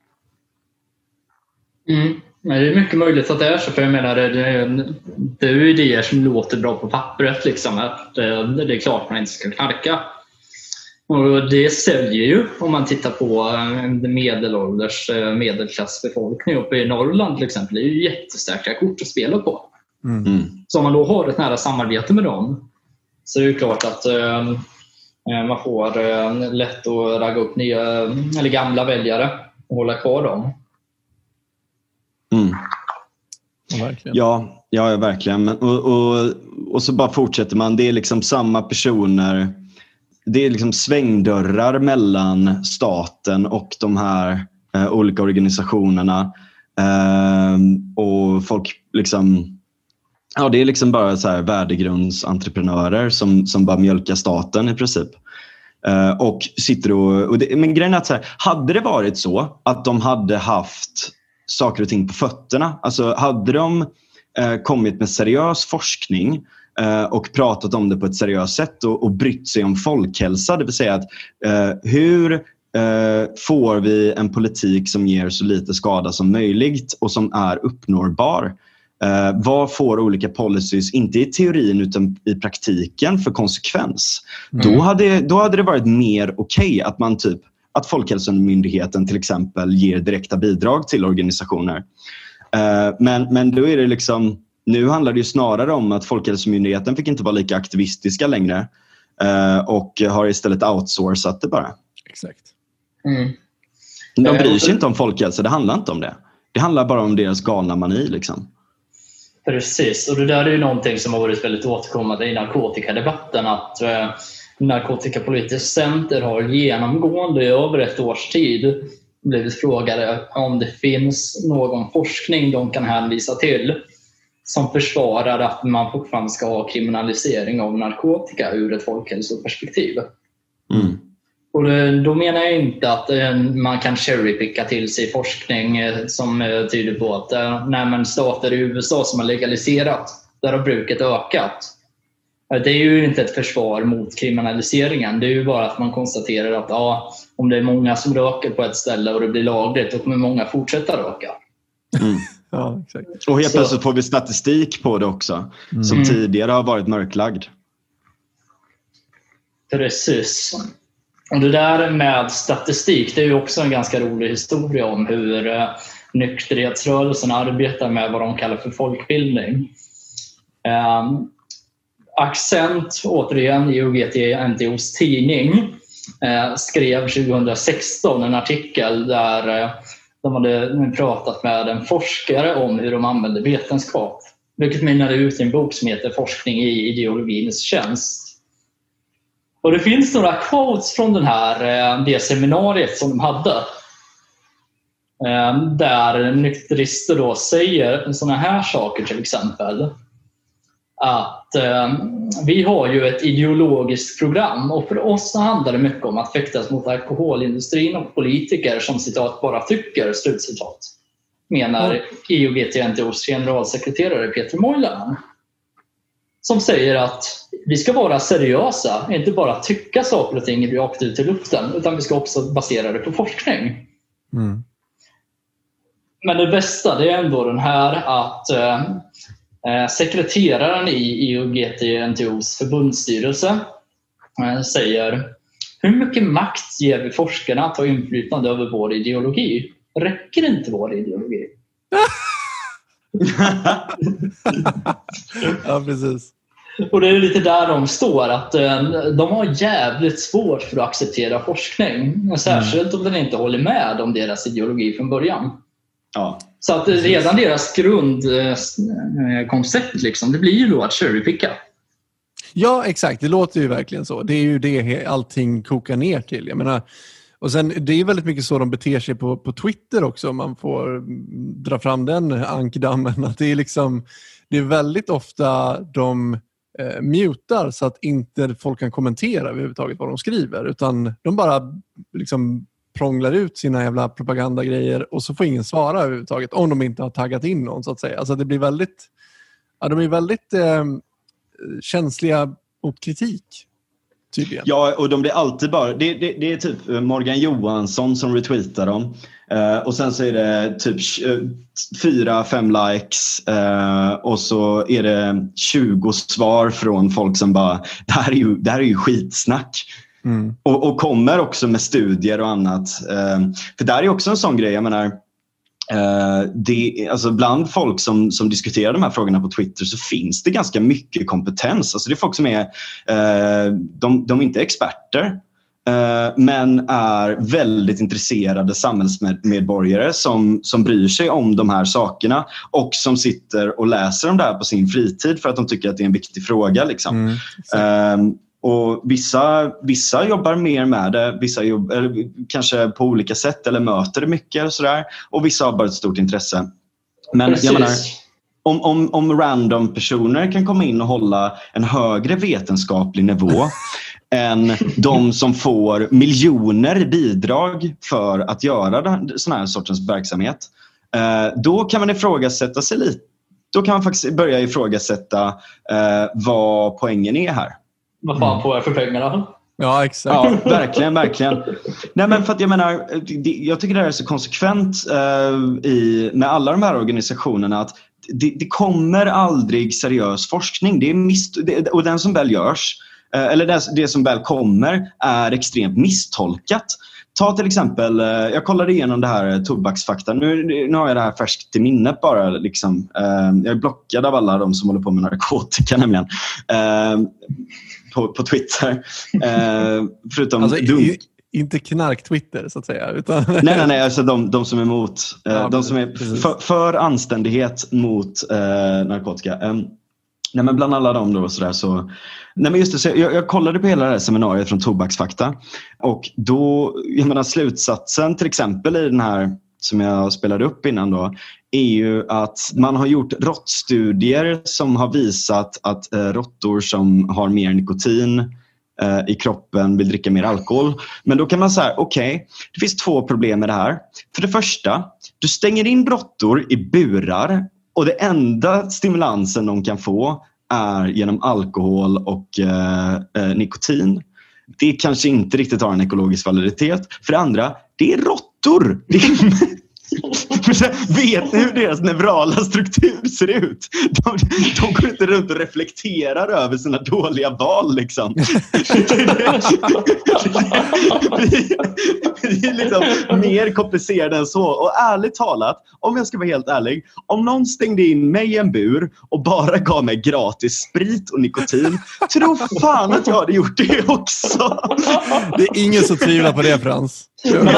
Men det är mycket möjligt att det är så, för jag menar det är ju idéer som låter bra på pappret liksom, att det är klart man inte ska knarka, och det säljer ju om man tittar på medelålders medelklassbefolkning uppe i Norrland till exempel. Det är ju jättestarka kort att spela på. Så om man då har ett nära samarbete med dem, så är det ju klart att man får lätt att ragga upp nya eller gamla väljare och hålla kvar dem. Ja, verkligen. Ja, verkligen. Och så bara fortsätter man. Det är liksom samma personer. Det är liksom svängdörrar mellan staten och de här olika organisationerna. Och folk liksom... Ja, det är liksom bara så här värdegrundsentreprenörer som bara mjölkar staten i princip. Och sitter men grejen är att så här, hade det varit så att de hade haft saker och ting på fötterna, alltså hade de kommit med seriös forskning och pratat om det på ett seriöst sätt och brytt sig om folkhälsa, det vill säga att hur får vi en politik som ger så lite skada som möjligt och som är uppnåbar? Vad får olika policies, inte i teorin utan i praktiken, för konsekvens? Då hade det varit mer okej att man typ att Folkhälsomyndigheten till exempel ger direkta bidrag till organisationer. Men då är det liksom, nu handlar det ju snarare om att Folkhälsomyndigheten fick inte vara lika aktivistiska längre och har istället outsourcat det bara. Exakt. De bryr sig inte om folkhälsa, det handlar inte om det. Det handlar bara om deras galna mani liksom. Precis, och det där är ju någonting som har varit väldigt återkommande i narkotikadebatten, att Narkotikapolitiskt center har genomgående i över ett års tid blivit frågade om det finns någon forskning de kan hänvisa till som försvarar att man fortfarande ska ha kriminalisering av narkotika ur ett folkhälsoperspektiv. Och då menar jag inte att man kan cherrypicka till sig forskning som tyder på att när stater i USA som har legaliserat, där har bruket ökat. Det är ju inte ett försvar mot kriminaliseringen. Det är ju bara att man konstaterar att om det är många som röker på ett ställe och det blir lagligt, då kommer många fortsätta röka. Ja, exakt. Och helt plötsligt får vi statistik på det också, som tidigare har varit mörklagd. Precis. Och det där med statistik, det är ju också en ganska rolig historia om hur nykterhetsrörelsen arbetar med vad de kallar för folkbildning. Accent, återigen IOGT-NTOs tidning, skrev 2016 en artikel där de hade pratat med en forskare om hur de använder vetenskap, vilket mynnade ut i en bok som heter Forskning i ideologins tjänst. Och det finns några quotes från det seminariet som de hade, där nykterister då säger såna här saker, till exempel att vi har ju ett ideologiskt program, och för oss handlar det mycket om att fäktas mot alkoholindustrin och politiker som citat bara tycker, slutcitat, menar IOGT-NTOs generalsekreterare Peter Moilanen, som säger att vi ska vara seriösa, inte bara tycka saker och ting rakt ut i luften, utan vi ska också basera det på forskning. Men det bästa, det är ändå den här att sekreteraren i IOGT-NTOs förbundsstyrelse säger: hur mycket makt ger vi forskarna att ha inflytande över vår ideologi? Räcker inte vår ideologi? Ja, precis. Och det är lite där de står, att de har jävligt svårt för att acceptera forskning. Särskilt om den inte håller med om deras ideologi från början. Ja. Så att redan deras grundkoncept liksom, det blir ju då att cherrypicka. Ja, exakt. Det låter ju verkligen så. Det är ju det allting kokar ner till. Jag menar, och sen, det är väldigt mycket så de beter sig på Twitter också. Man får dra fram den ankdammen. Att det är liksom, det är väldigt ofta de mutar så att inte folk kan kommentera överhuvudtaget vad de skriver. Utan de bara liksom prånglar ut sina jävla propagandagrejer och så får ingen svara överhuvudtaget om de inte har taggat in någon, så att säga. Alltså det blir väldigt, ja, de är väldigt känsliga mot kritik. Tydligen. Ja, och de blir alltid bara... Det är typ Morgan Johansson som retweetar dem. Och sen så är det typ 4-5 likes. Och så är det 20 svar från folk som bara... Det här är ju skitsnack. Mm. Och kommer också med studier och annat. För där är också en sån grej, jag menar... alltså bland folk som diskuterar de här frågorna på Twitter så finns det ganska mycket kompetens. Alltså det är folk som är de är inte experter, men är väldigt intresserade samhällsmedborgare som bryr sig om de här sakerna och som sitter och läser om det här på sin fritid för att de tycker att det är en viktig fråga liksom. Och vissa jobbar mer med det, vissa kanske på olika sätt eller möter det mycket och sådär, och vissa har bara ett stort intresse. Men jag menar, om random personer kan komma in och hålla en högre vetenskaplig nivå än de som får miljoner bidrag för att göra sån här sortens verksamhet, då kan man ifrågasätta sig lite. Då kan man faktiskt börja ifrågasätta vad poängen är här. Vad fan får jag för pengarna? Ja, exakt. Ja, verkligen. Nej, men för att jag menar, jag tycker det här är så konsekvent med alla de här organisationerna, att det kommer aldrig seriös forskning. Det är och den som väl görs, eller det som väl kommer, är extremt misstolkat. Ta till exempel, jag kollade igenom det här tobaksfakta. Nu har jag det här färskt i minnet bara. Liksom. Jag är blockad av alla de som håller på med narkotika nämligen. På Twitter. Förutom alltså, inte knark-Twitter så att säga. Utan... Nej, alltså de som är emot. De som är för anständighet mot narkotika. Nej, men bland alla dem då sådär så... Nej, men just det, så jag kollade på hela det här seminariet från Tobaksfakta. Och då, jag menar, slutsatsen till exempel i den här som jag spelade upp innan då, är ju att man har gjort råttstudier som har visat att råttor som har mer nikotin i kroppen vill dricka mer alkohol. Men då kan man säga, okej, det finns 2 problem med det här. För det första, du stänger in råttor i burar och det enda stimulansen de kan få är genom alkohol och nikotin. Det kanske inte riktigt har en ekologisk validitet. För det andra, det är råttor. Vet ni hur deras neurala struktur ser ut? De går inte runt och reflekterar över sina dåliga val liksom. Det är liksom mer komplicerat än så. Och ärligt talat, om jag ska vara helt ärlig, om någon stängde in mig i en bur och bara gav mig gratis sprit och nikotin, tror fan att jag hade gjort det också. Det är ingen som tvivlar på det, Frans. Men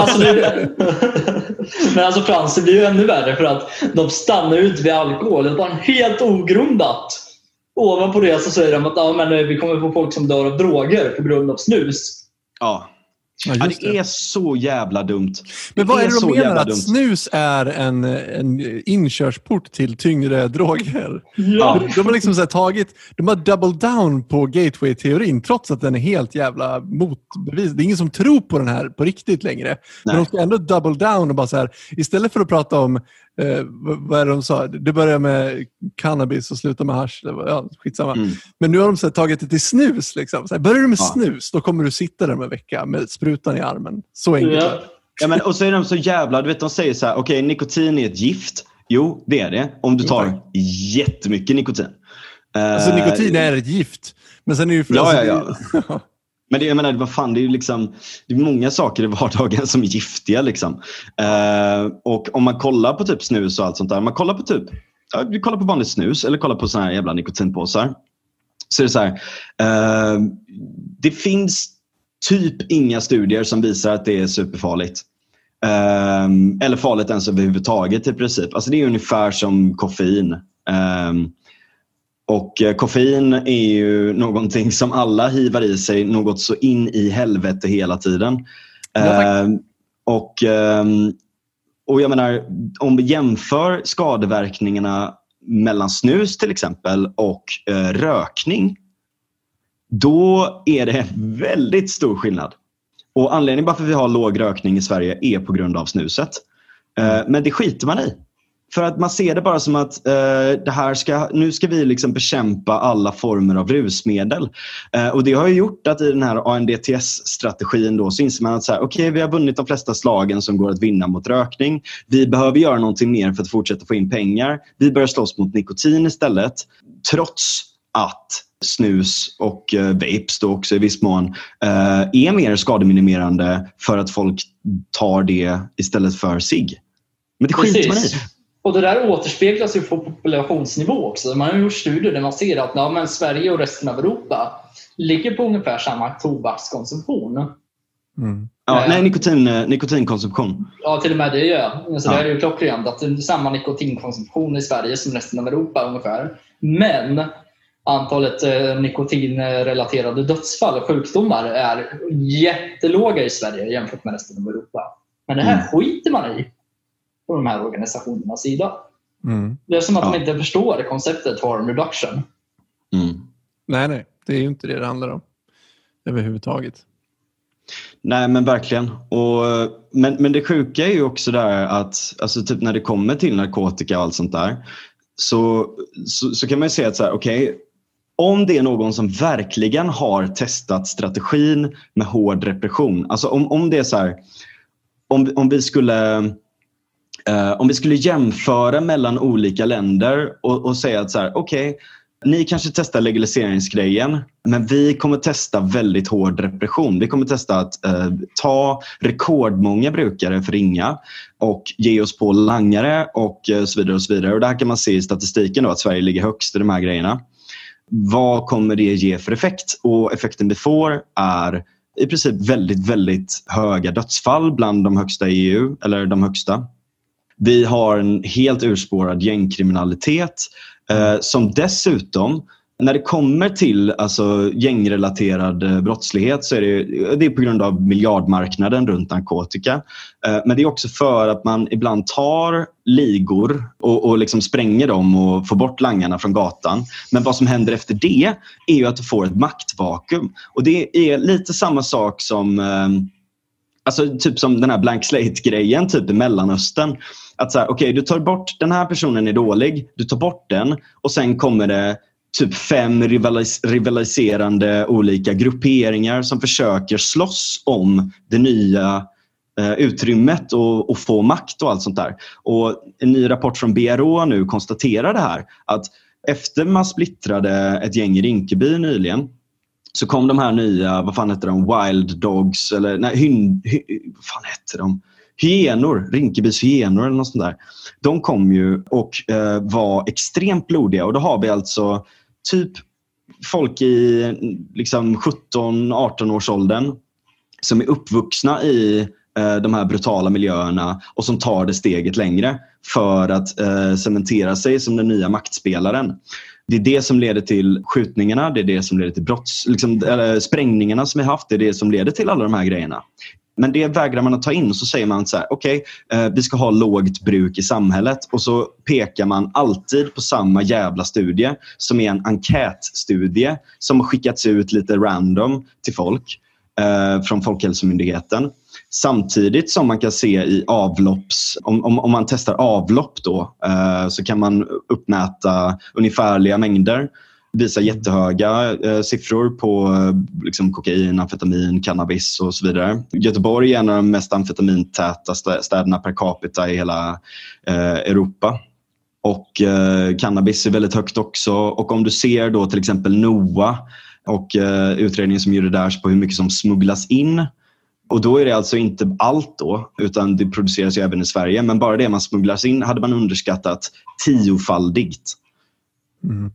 alltså Frans, det blir ju ännu värre för att de stannar ut vid alkohol. Det var helt ogrundat. Ovanpå det så säger de att vi kommer få folk som dör av droger på grund av snus. Ja. Ja, det är så jävla dumt. Men vad är det de menar? Att snus är en inkörsport till tyngre droger? Ja. De har liksom så här de har double down på gateway-teorin trots att den är helt jävla motbevis. Det är ingen som tror på den här på riktigt längre. Nej. Men de ska ändå double down och bara så här, istället för att prata om vad är det de sa? Det börjar med cannabis och slutar med hasch. Ja, skitsamma. Men nu har de så här, tagit det till snus. Liksom. Så här, börjar du med snus, då kommer du sitta där en vecka med sprutan i armen. Så enkelt. Ja, men, och så är de så jävla... Du vet, de säger så här, okej, nikotin är ett gift. Jo, det är det. Om du tar jättemycket nikotin. Alltså nikotin är ett gift. Men sen är ju... Ja. Men jag menar, vad fan, det är ju liksom, det är många saker i vardagen som är giftiga liksom. Och om man kollar på typ snus och allt sånt där, man kollar på typ, vi kollar på vanligt snus eller kollar på såna här jävla nikotinpåsar. så är det så här. Det finns typ inga studier som visar att det är superfarligt. Eller farligt ens överhuvudtaget i princip. Alltså det är ungefär som koffein. Och koffein är ju någonting som alla hivar i sig något så in i helvete hela tiden. Och jag menar, om vi jämför skadeverkningarna mellan snus till exempel och rökning, då är det väldigt stor skillnad. Och anledningen varför vi har låg rökning i Sverige är på grund av snuset. Men det skiter man i. För att man ser det bara som att nu ska vi liksom bekämpa alla former av rusmedel. Och det har ju gjort att i den här ANDTS-strategin då så inser man att okej, vi har vunnit de flesta slagen som går att vinna mot rökning. Vi behöver göra någonting mer för att fortsätta få in pengar. Vi börjar slåss mot nikotin istället. Trots att snus och vapes då också i viss mån är mer skademinimerande för att folk tar det istället för cigg. Men det skiter man i. Och det där återspeglas ju på populationsnivå också. Man har gjort studier där man ser att Sverige och resten av Europa ligger på ungefär samma tobakskonsumtion. Nikotinkonsumtion. Ja, till och med det gör. Så det är ju klockrent att det är samma nikotinkonsumtion i Sverige som resten av Europa ungefär. Men antalet nikotinrelaterade dödsfall och sjukdomar är jättelåga i Sverige jämfört med resten av Europa. Men det här skiter man i på de här organisationernas sida. Det är som att de inte förstår konceptet harm reduction. Nej, det är ju inte det handlar om överhuvudtaget. Nej, men verkligen. Men det sjuka är ju också där att alltså typ när det kommer till narkotika och allt sånt där så kan man ju säga att okej, om det är någon som verkligen har testat strategin med hård repression, alltså om det är så här, om vi skulle jämföra mellan olika länder och säga att okej, ni kanske testar legaliseringsgrejen, men vi kommer testa väldigt hård repression. Vi kommer testa att ta rekordmånga brukare för ringa och ge oss på langare och så vidare och så vidare. Och där kan man se i statistiken då att Sverige ligger högst i de här grejerna. Vad kommer det ge för effekt? Och effekten vi får är i princip väldigt, väldigt höga dödsfall bland de högsta i EU, eller de högsta. Vi har en helt urspårad gängkriminalitet som dessutom, när det kommer till alltså, gängrelaterad brottslighet så är det är på grund av miljardmarknaden runt narkotika. Men det är också för att man ibland tar ligor och liksom spränger dem och får bort langarna från gatan. Men vad som händer efter det är ju att du får ett maktvakuum. Och det är lite samma sak som... Alltså typ som den här blank slate-grejen typ i Mellanöstern. Att okej, du tar bort, den här personen är dålig, du tar bort den och sen kommer det typ 5 rivaliserande olika grupperingar som försöker slåss om det nya utrymmet och få makt och allt sånt där. Och en ny rapport från BRÅ nu konstaterar det här, att efter man splittrade ett gäng i Rinkeby nyligen så kom de här nya, vad fan heter de, Wild Dogs eller nej, vad fan heter de? Hyenor, Rinkebys hyenor eller något sånt där. De kom ju och var extremt blodiga, och då har vi alltså typ folk i liksom 17-18 års åldern som är uppvuxna i de här brutala miljöerna och som tar det steget längre för att cementera sig som den nya maktspelaren. Det är det som leder till skjutningarna, det är det som leder till eller sprängningarna som vi haft, det är det som leder till alla de här grejerna. Men det vägrar man att ta in, och så säger man så här: okej, vi ska ha lågt bruk i samhället, och så pekar man alltid på samma jävla studie som är en enkätstudie som har skickats ut lite random till folk från Folkhälsomyndigheten. Samtidigt som man kan se i avlopps, om man testar avlopp då, så kan man uppmäta ungefärliga mängder, visa jättehöga siffror på liksom kokain, amfetamin, cannabis och så vidare. Göteborg är en av de mest amfetamintäta städerna per capita i hela Europa. Och cannabis är väldigt högt också. Och om du ser då till exempel NOA och utredningen som gjorde där på hur mycket som smugglas in. Och då är det alltså inte allt då, utan det produceras ju även i Sverige. Men bara det man smugglas in hade man underskattat 10-faldigt. Mm.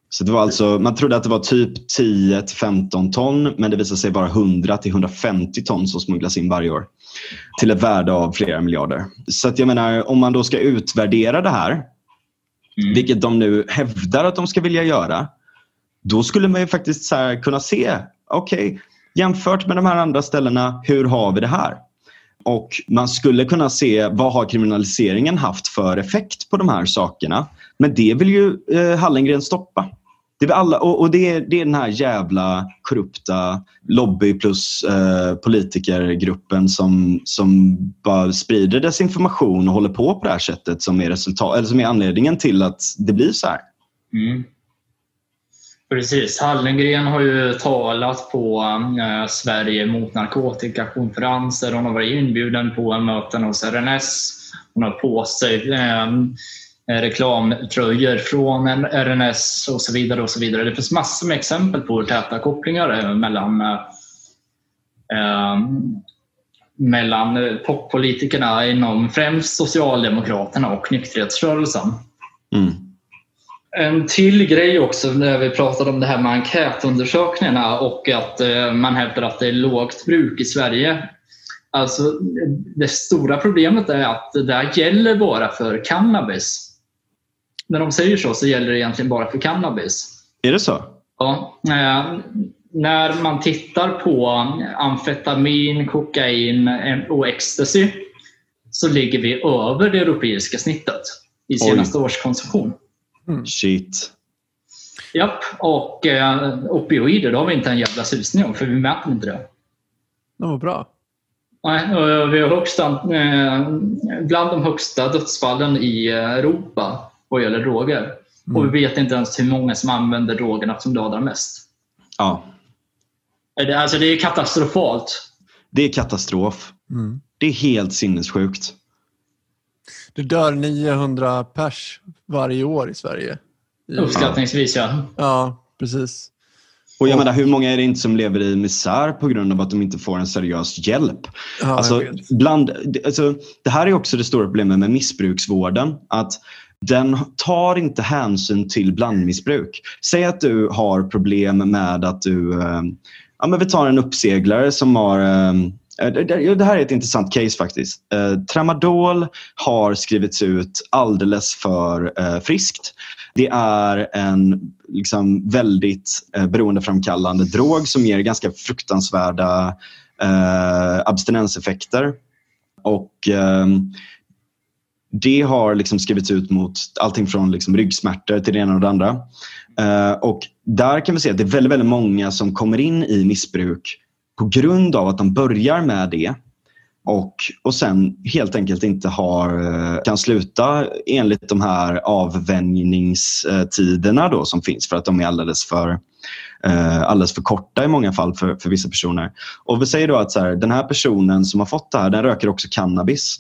Så det var alltså, man trodde att det var typ 10-15 ton, men det visade sig vara 100-150 ton som smugglas in varje år. Till ett värde av flera miljarder. Så att jag menar, om man då ska utvärdera det här, vilket de nu hävdar att de ska vilja göra, då skulle man ju faktiskt så här kunna se, okej, jämfört med de här andra ställena, hur har vi det här? Och man skulle kunna se, vad har kriminaliseringen haft för effekt på de här sakerna? Men det vill ju Hallengren stoppa. Det vill alla, och det är den här jävla korrupta lobby plus politikergruppen som bara sprider desinformation och håller på det här sättet som är resultat, eller som är anledningen till att det blir så här. Mm. Precis, Hallengren har ju talat på Sverige mot narkotikakonferenser. Hon har varit inbjuden på möten hos RNS. Hon har på sig reklamtröjor från RNS och så vidare och så vidare. Det finns massor med exempel på täta kopplingar mellan poppolitikerna inom främst Socialdemokraterna och nykterhetsrörelsen. Mm. En till grej också när vi pratade om det här med enkätundersökningarna och att man hävdar att det är lågt bruk i Sverige. Alltså det stora problemet är att det där gäller bara för cannabis. När de säger så gäller det egentligen bara för cannabis. Är det så? Ja. När man tittar på amfetamin, kokain och ecstasy så ligger vi över det europeiska snittet i senaste års konsumtion. Shit. Japp, och opioider, då har vi inte en jävla susning om, för vi mäter inte det. Det var bra. Nej, vi har bland de högsta dödsfallen i Europa vad gäller droger. Och vi vet inte ens hur många som använder drogerna som dödar mest. Ja. Alltså det är katastrofalt. Det är katastrof. Det är helt sinnessjukt. Det dör 900 pers varje år i Sverige. Uppskattningsvis, ja. Ja, precis. Och jag menar, hur många är det inte som lever i misär på grund av att de inte får en seriös hjälp? Ja, alltså, det här är också det stora problemet med missbruksvården. Att den tar inte hänsyn till blandmissbruk. Säg att du har problem med att du... vi tar en uppseglare som har... Det här är ett intressant case faktiskt. Tramadol har skrivits ut alldeles för friskt. Det är en väldigt beroendeframkallande drog som ger ganska fruktansvärda abstinenseffekter. Och det har skrivits ut mot allting från ryggsmärtor till det ena och det andra. Och där kan vi se att det är väldigt, väldigt många som kommer in i missbruk på grund av att de börjar med det och sen helt enkelt inte kan sluta enligt de här avvänjningstiderna då som finns, för att de är alldeles för korta i många fall för vissa personer. Och vi säger då att den här personen som har fått det här, den röker också cannabis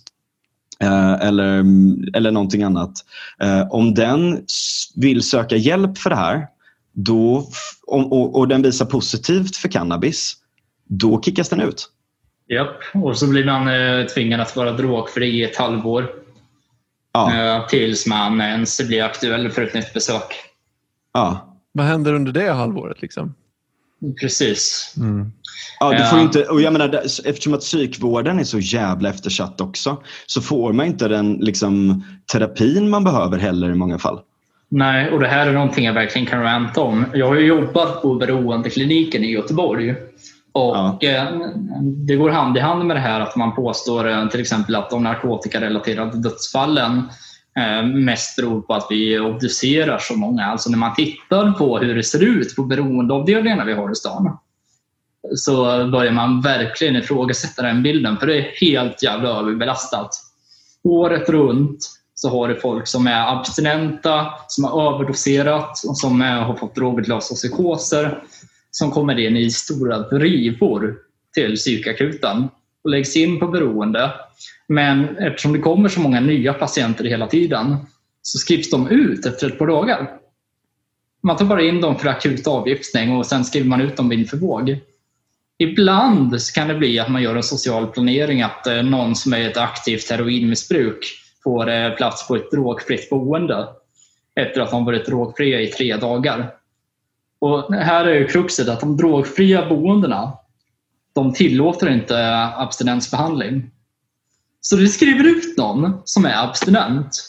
eller någonting annat. Om den vill söka hjälp för det här då, och den visar positivt för cannabis, då kickas den ut. Japp, och så blir man tvingad att vara drogfri i ett halvår. Ja. Tills man ens blir aktuell för ett nytt besök. Ja. Vad händer under det halvåret Precis. Ja, du får inte, och jag menar, eftersom att psykvården är så jävla eftersatt också, så får man inte den terapin man behöver heller i många fall. Nej, och det här är någonting jag verkligen kan ranta om. Jag har ju jobbat på beroendekliniken i Göteborg. Och det går hand i hand med det här att man påstår till exempel att de narkotikarelaterade dödsfallen mest beror på att vi obducerar så många. Alltså när man tittar på hur det ser ut på beroendeavdelningarna vi har i stan, så börjar man verkligen ifrågasätta den bilden, för det är helt jävla överbelastat. Året runt så har det folk som är abstinenta, som har överdoserat och som har fått drogutlösa psykoser, som kommer in i stora drivor till psykakuten och läggs in på beroende. Men eftersom det kommer så många nya patienter hela tiden så skrivs de ut efter ett par dagar. Man tar bara in dem för akut avgiftning och sen skriver man ut dem vind för våg. Ibland så kan det bli att man gör en social planering, att någon som är ett aktivt heroinmissbruk får plats på ett drogfritt boende. efter att de varit drogfria i 3 dagar. Och här är ju kruxet att de drogfria boendena, de tillåter inte abstinensbehandling. Så du skriver ut någon som är abstinent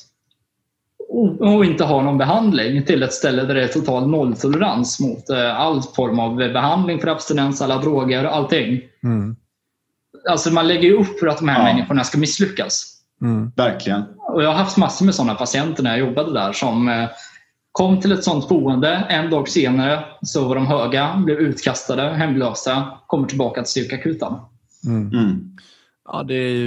och inte har någon behandling till ett ställe där det är total nolltolerans mot all form av behandling för abstinens, alla droger, allting. Alltså man lägger ju upp för att de här människorna ska misslyckas. Verkligen. Och jag har haft massor med sådana patienter när jag jobbade där som kom till ett sådant boende. En dag senare så var de höga, blev utkastade, hemlösa, kommer tillbaka till psykakuten. Ja, det är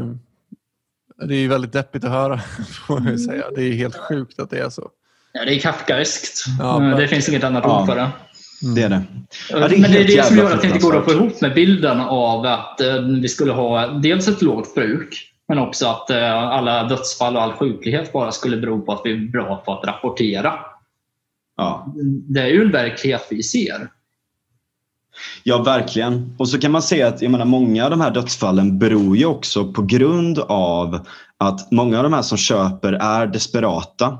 ju väldigt deppigt att höra, får jag säga. Det är helt sjukt att det är så. Ja, det är kafkaiskt. Ja, det finns inget annat ord för det. Det är det. Ja, men det är det som gör att det inte går att få ihop med bilden av att vi skulle ha dels ett lågt bruk, men också att alla dödsfall och all sjuklighet bara skulle bero på att vi är bra på att rapportera. Ja. Det är ju en verklighet vi ser. Ja, verkligen. Och så kan man säga att många av de här dödsfallen beror ju också på grund av att många av de här som köper är desperata.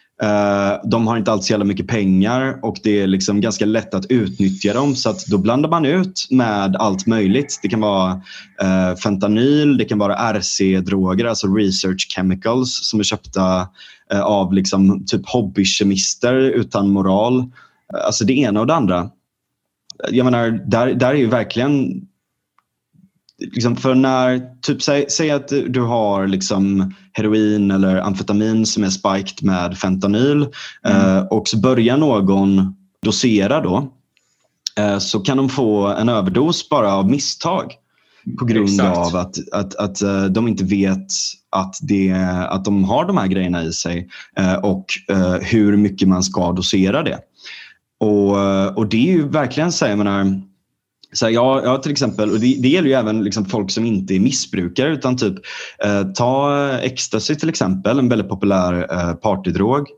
De har inte alls så jävla mycket pengar och det är liksom ganska lätt att utnyttja dem, så att då blandar man ut med allt möjligt. Det kan vara fentanyl, det kan vara RC-droger, alltså research chemicals, som är köpta av liksom typ hobbykemister utan moral. Alltså det ena och det andra. Jag menar, där är ju verkligen liksom, för när typ säg att du har liksom heroin eller amfetamin som är spiked med fentanyl och så börjar någon dosera då, så kan de få en överdos bara av misstag på grund av att de inte vet att de har de här grejerna i sig och hur mycket man ska dosera det. Och det är ju verkligen så jag menar, så jag till exempel, och det gäller ju även liksom folk som inte är missbrukare, utan typ ta ecstasy till exempel, en väldigt populär partydrog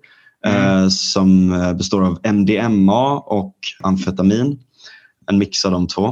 som består av MDMA och amfetamin, en mix av de två.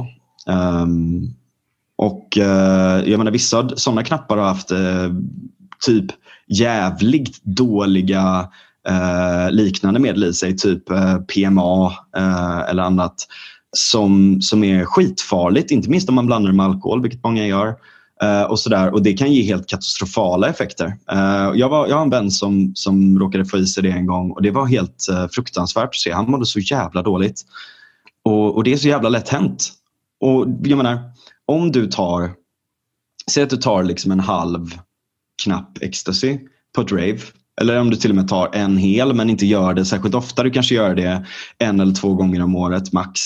Och jag menar, vissa sådana knappar har haft typ jävligt dåliga liknande medel i sig, typ PMA eller annat som är skitfarligt, inte minst om man blandar med alkohol, vilket många gör och sådär, och det kan ge helt katastrofala effekter. Jag har en vän som råkade få i sig det en gång och det var helt fruktansvärt att se. Han mådde så jävla dåligt och det är så jävla lätt hänt. Och jag menar, om du säg att du tar liksom en halv knapp ecstasy på ett rave, eller om du till och med tar en hel men inte gör det särskilt ofta, du kanske gör det 1 eller 2 gånger om året max,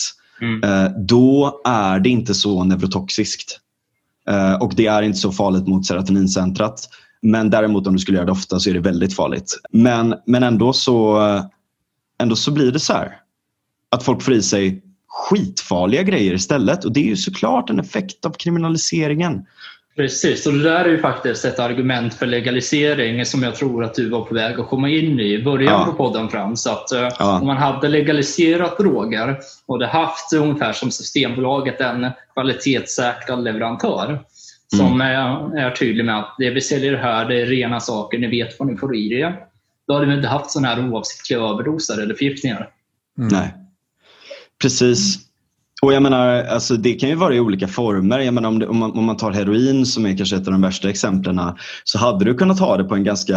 då är det inte så neurotoxiskt och det är inte så farligt mot serotonincentrat. Men däremot om du skulle göra det ofta så är det väldigt farligt. Men ändå så blir det så här att folk får i sig skitfarliga grejer istället, och det är ju såklart en effekt av kriminaliseringen. Precis, och det där är ju faktiskt ett argument för legalisering som jag tror att du var på väg att komma in i början på podden fram. Så att om man hade legaliserat droger och det haft ungefär som Systembolaget en kvalitetssäkrad leverantör som är tydlig med att det vi säljer här, det är rena saker, ni vet vad ni får i det. Då hade vi inte haft sådana här oavsiktliga överdoser eller förgiftningar. Nej, precis. Och jag menar, alltså det kan ju vara i olika former. Jag menar, om man tar heroin som är kanske ett av de värsta exemplen, så hade du kunnat ha det på en ganska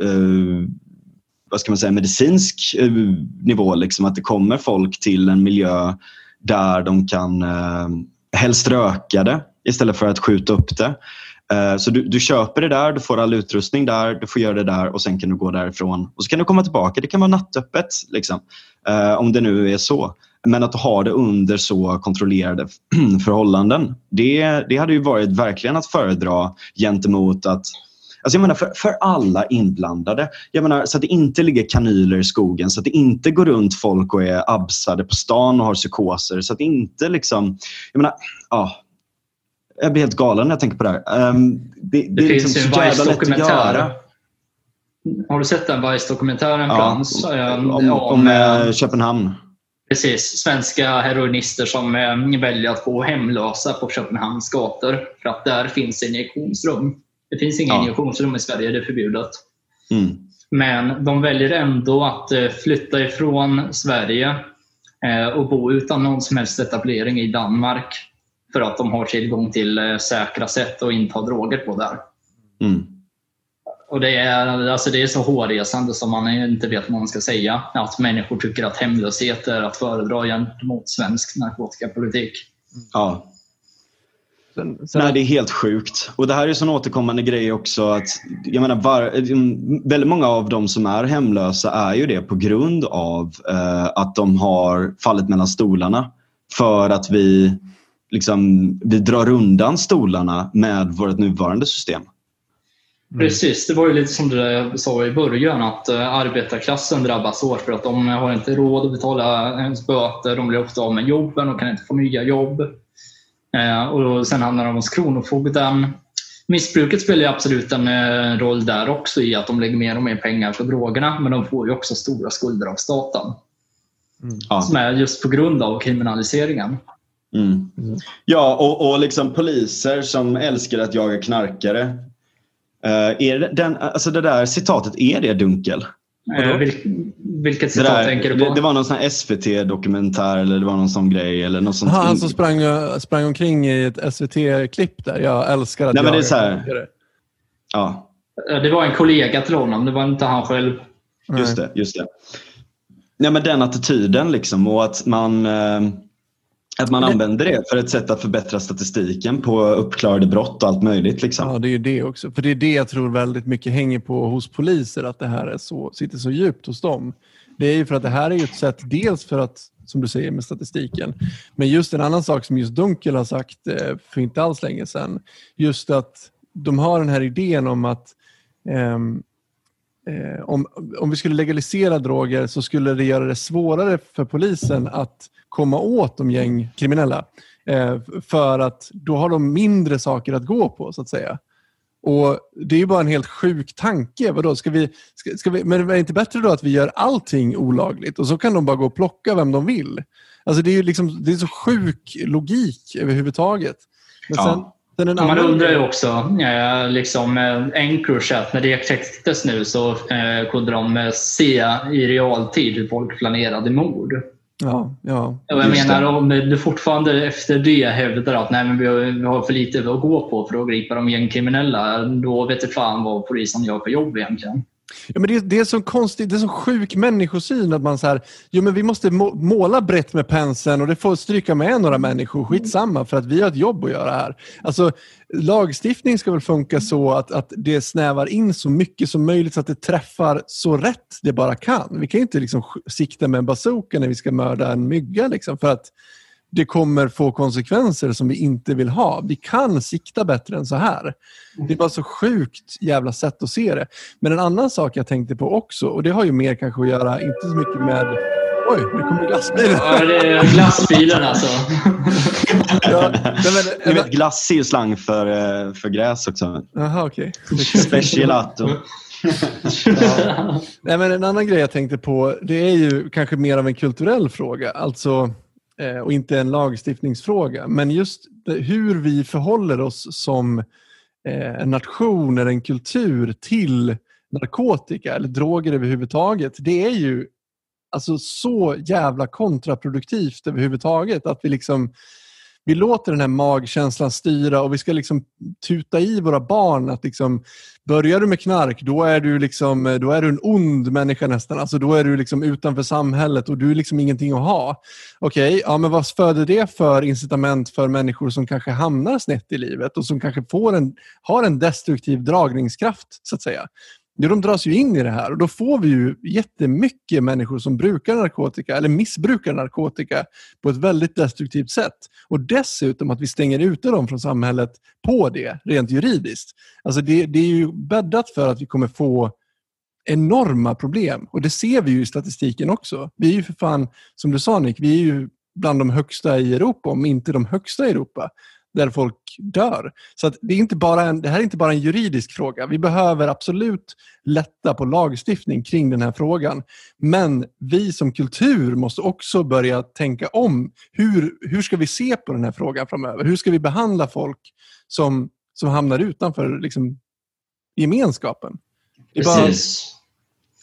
vad ska man säga, medicinsk nivå, liksom, att det kommer folk till en miljö där de kan helst röka det istället för att skjuta upp det. Så du köper det där, du får all utrustning där, du får göra det där och sen kan du gå därifrån och så kan du komma tillbaka. Det kan vara nattöppet liksom, om det nu är så. Men att ha det under så kontrollerade förhållanden, det hade ju varit verkligen att föredra gentemot att, alltså jag menar för alla inblandade, jag menar så att det inte ligger kanyler i skogen, så att det inte går runt folk och är absade på stan och har psykoser, så att det inte liksom, jag menar, jag blir helt galen när jag tänker på det här. Det finns liksom en Vice-dokumentär. Har du sett den Vice-dokumentären, Frans? Om Köpenhamn. Precis, svenska heroinister som väljer att gå hemlösa på Köpenhamns gator för att där finns injektionsrum. Det finns inga injektionsrum i Sverige, det är förbjudet. Men de väljer ändå att flytta ifrån Sverige och bo utan någon som helst etablering i Danmark. För att de har tillgång till säkra sätt att inta droger på där. Mm. Och det är så hårresande som man inte vet vad man ska säga. Att människor tycker att hemlöshet är att föredra gentemot svensk narkotikapolitik. Ja. Nej, det är helt sjukt. Och det här är en sån återkommande grej också. Att, jag menar, väldigt många av de som är hemlösa är ju det på grund av att de har fallit mellan stolarna. För att vi drar undan stolarna med vårt nuvarande system. Precis, det var ju lite som du sa i början, att arbetarklassen drabbas hårt för att de har inte råd att betala ens böter, de blir ofta av med jobben och kan inte få nya jobb. Och sen handlar det om kronofogden. Missbruket spelar absolut en roll där också i att de lägger mer och mer pengar på drogerna, men de får ju också stora skulder av staten. Som är just på grund av kriminaliseringen. Ja, och liksom poliser som älskar att jaga knarkare. Det där citatet, är det Dunkel? Vilket citat tänker du på? Det var någon sån här SVT-dokumentär eller det var någon sån grej eller något sånt. Han som sprang omkring i ett SVT-klipp där. Jag älskar att men det är så här. Ja. Det var en kollega till honom, det var inte han själv. Just det. Nej, men den attityden liksom, och att man använder det för ett sätt att förbättra statistiken på uppklarade brott och allt möjligt. Liksom. Ja, det är ju det också. För det är det jag tror väldigt mycket hänger på hos poliser, att det här sitter så djupt hos dem. Det är ju för att det här är ju ett sätt, dels för att, som du säger med statistiken, men just en annan sak som just Dunkel har sagt för inte alls länge sedan, just att de har den här idén om att om vi skulle legalisera droger så skulle det göra det svårare för polisen att komma åt de gängkriminella. För att då har de mindre saker att gå på, så att säga. Och det är ju bara en helt sjuk tanke. Vadå? Ska vi, men är det inte bättre då att vi gör allting olagligt och så kan de bara gå och plocka vem de vill? Alltså det är ju liksom, det är så sjuk logik överhuvudtaget. Men man undrar ju också, Encrochat, när det kräcktes nu så kunde de se i realtid hur folk planerade mord. Ja. Och jag menar, om du fortfarande efter det hävdar att nej, men vi har för lite att gå på för att gripa de gängkriminella, då vet jag fan vad polisen gör för jobb egentligen. Ja, men det är så konstigt, det är så sjuk människosyn att man så här, men vi måste måla brett med penseln och det får stryka med några människor, skitsamma, för att vi har ett jobb att göra här. Alltså lagstiftning ska väl funka så att det snävar in så mycket som möjligt så att det träffar så rätt det bara kan. Vi kan inte liksom sikta med en bazooka när vi ska mörda en mygga liksom, för att det kommer få konsekvenser som vi inte vill ha. Vi kan sikta bättre än så här. Det är bara så sjukt jävla sätt att se det. Men en annan sak jag tänkte på också, och det har ju mer kanske att göra, inte så mycket med... Oj, nu kommer glassbilen. Ja, det är glassbilen alltså. Du vet, glass är ju slang för gräs också. Jaha, okej. Specialato. Ja. Nej, men en annan grej jag tänkte på, det är ju kanske mer av en kulturell fråga. Alltså... och inte en lagstiftningsfråga, men just hur vi förhåller oss som en nation eller en kultur till narkotika eller droger överhuvudtaget. Det är ju alltså så jävla kontraproduktivt överhuvudtaget att vi låter den här magkänslan styra och vi ska liksom tuta i våra barn att liksom, börjar du med knark, då är du en ond människa nästan. Alltså då är du liksom utanför samhället och du är liksom ingenting att ha. Okej, ja, men vad föder det för incitament för människor som kanske hamnar snett i livet och som kanske har en destruktiv dragningskraft, så att säga. De dras ju in i det här och då får vi ju jättemycket människor som brukar narkotika eller missbrukar narkotika på ett väldigt destruktivt sätt. Och dessutom att vi stänger ute dem från samhället på det, rent juridiskt. Alltså det är ju bäddat för att vi kommer få enorma problem. Och det ser vi ju i statistiken också. Vi är ju för fan, som du sa Nick, vi är ju bland de högsta i Europa, om inte de högsta i Europa, där folk dör. Så att det här är inte bara en juridisk fråga. Vi behöver absolut lätta på lagstiftning kring den här frågan. Men vi som kultur måste också börja tänka om. Hur ska vi se på den här frågan framöver? Hur ska vi behandla folk som hamnar utanför liksom, gemenskapen? Precis.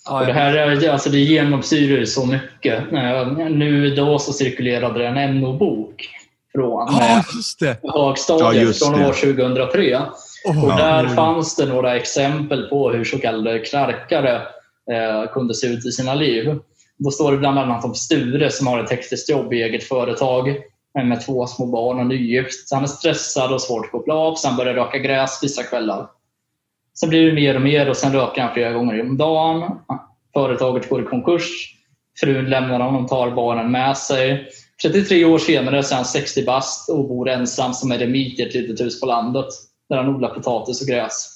Och det här alltså det genomsyrar så mycket. Nu idag så cirkulerade det en NO-bok från högstadiet från år 2003. Och där fanns det några exempel på hur så kallade knarkare kunde se ut i sina liv. Då står det bland annat om Sture som har ett tekniskt jobb i eget företag med 2 små barn och nygift. Han är stressad och svårt att koppla av. Sen börjar röka gräs vissa kvällar. Sen blir det mer och mer och sen röker han flera gånger om dagen. Företaget går i konkurs. Frun lämnar honom och tar barnen med sig. 33 år senare så är han 60 bast och bor ensam som eremit i ett litet hus på landet där han odlar potatis och gräs.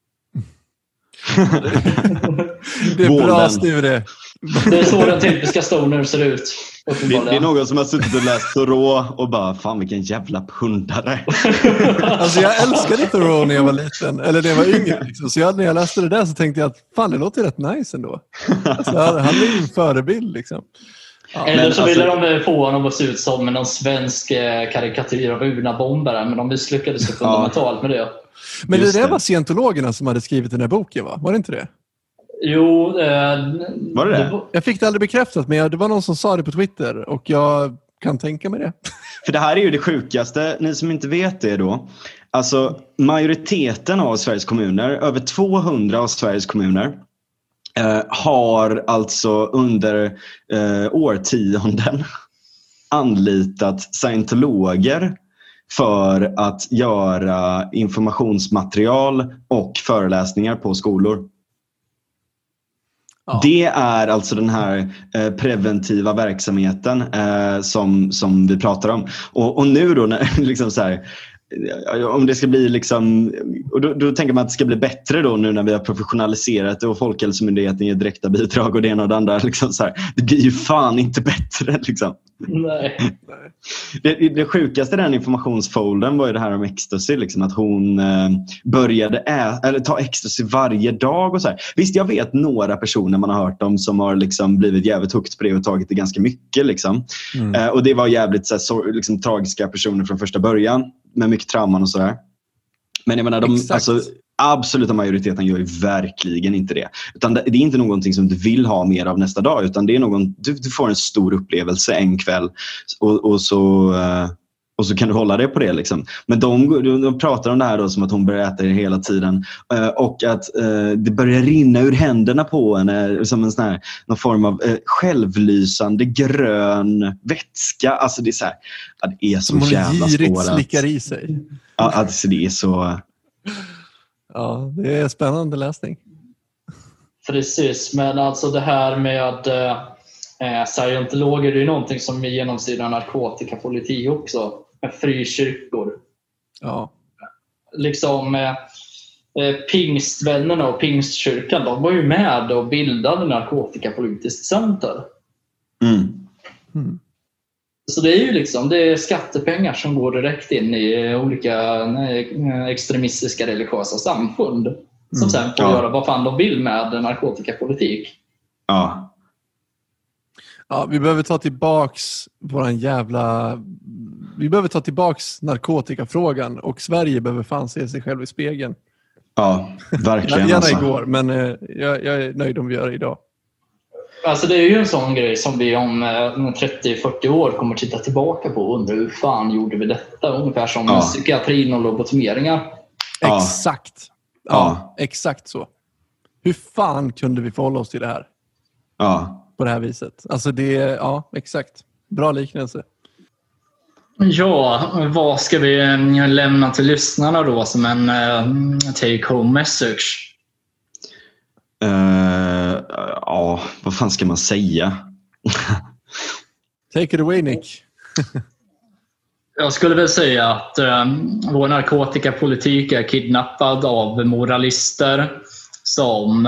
Det är bra Sture. Det är så den typiska stoner ser ut. Det är någon som har suttit och läst Thoreau och bara, fan vilken jävla pundare. Alltså jag älskade Thoreau när jag var liten, eller när jag var yngre liksom. Så när jag läste det där så tänkte jag att fan, det låter rätt nice ändå. Alltså, han är ju en förebild liksom. Ja, eller så ville de få honom att se ut som någon svensk karikatyr av urnabombare, men de misslyckades så fundamentalt med det. Men det var scientologerna som hade skrivit den här boken, va? Var det inte det? Jo, var det? Jag fick det aldrig bekräftat, men det var någon som sa det på Twitter och jag kan tänka mig det. För det här är ju det sjukaste, ni som inte vet det då. Alltså majoriteten av Sveriges kommuner, över 200 av Sveriges kommuner har alltså under årtionden anlitat scientologer för att göra informationsmaterial och föreläsningar på skolor. Ja. Det är alltså den här preventiva verksamheten som vi pratar om. Och nu då, när, liksom så här, om det ska bli liksom, och då tänker man att det ska bli bättre då nu när vi har professionaliserat det och Folkhälsomyndigheten ger direkta bidrag och det ena och det andra. Liksom så här. Det blir ju fan inte bättre liksom. Nej. Det sjukaste i den informationsfolden var ju det här om ecstasy, liksom, att hon började ta ecstasy varje dag och så här. Visst, jag vet några personer man har hört om som har liksom blivit jävligt hooked på det och tagit det ganska mycket liksom. Och det var jävligt så här, liksom, tragiska personer från första början med mycket trauman och sådär. Men jag menar, alltså, absoluta majoriteten gör ju verkligen inte det. Utan det är inte någonting som du vill ha mer av nästa dag, utan det är du får en stor upplevelse en kväll och så kan du hålla det på det liksom. Men de pratar om det här då som att hon börjar äta det hela tiden och att det börjar rinna ur händerna på henne som en sån här, någon form av självlysande grön vätska. Alltså det är så här, det är så jävla girigt slickar i sig. Ja, alltså det är så. Ja, det är spännande läsning. Precis, men alltså det här med scientologer är ju någonting som genomsyrar narkotikapolitik också. Med frikyrkor. Ja. Liksom pingstvännerna och pingstkyrkan, de var ju med och bildade narkotikapolitiskt center. Så det är ju liksom, det är skattepengar som går direkt in i olika extremistiska religiösa samfund som sen får göra vad fan de vill med narkotikapolitik. Ja, vi behöver ta tillbaks vi behöver ta tillbaks narkotikafrågan och Sverige behöver fan se sig själv i spegeln. Ja, verkligen. Gärna igår, men jag är nöjd om vi gör det idag. Alltså det är ju en sån grej som vi om 30-40 år kommer titta tillbaka på och undra hur fan gjorde vi detta? Ungefär som psykiatrin och lobotomeringar. Exakt. Ja, exakt så. Hur fan kunde vi förhålla oss till det här? På det här viset. Alltså det, exakt. Bra liknelse. Ja, vad ska vi lämna till lyssnarna då som en take-home message? Vad fan ska man säga? Take it away, Nick. Jag skulle väl säga att vår narkotikapolitik är kidnappad av moralister som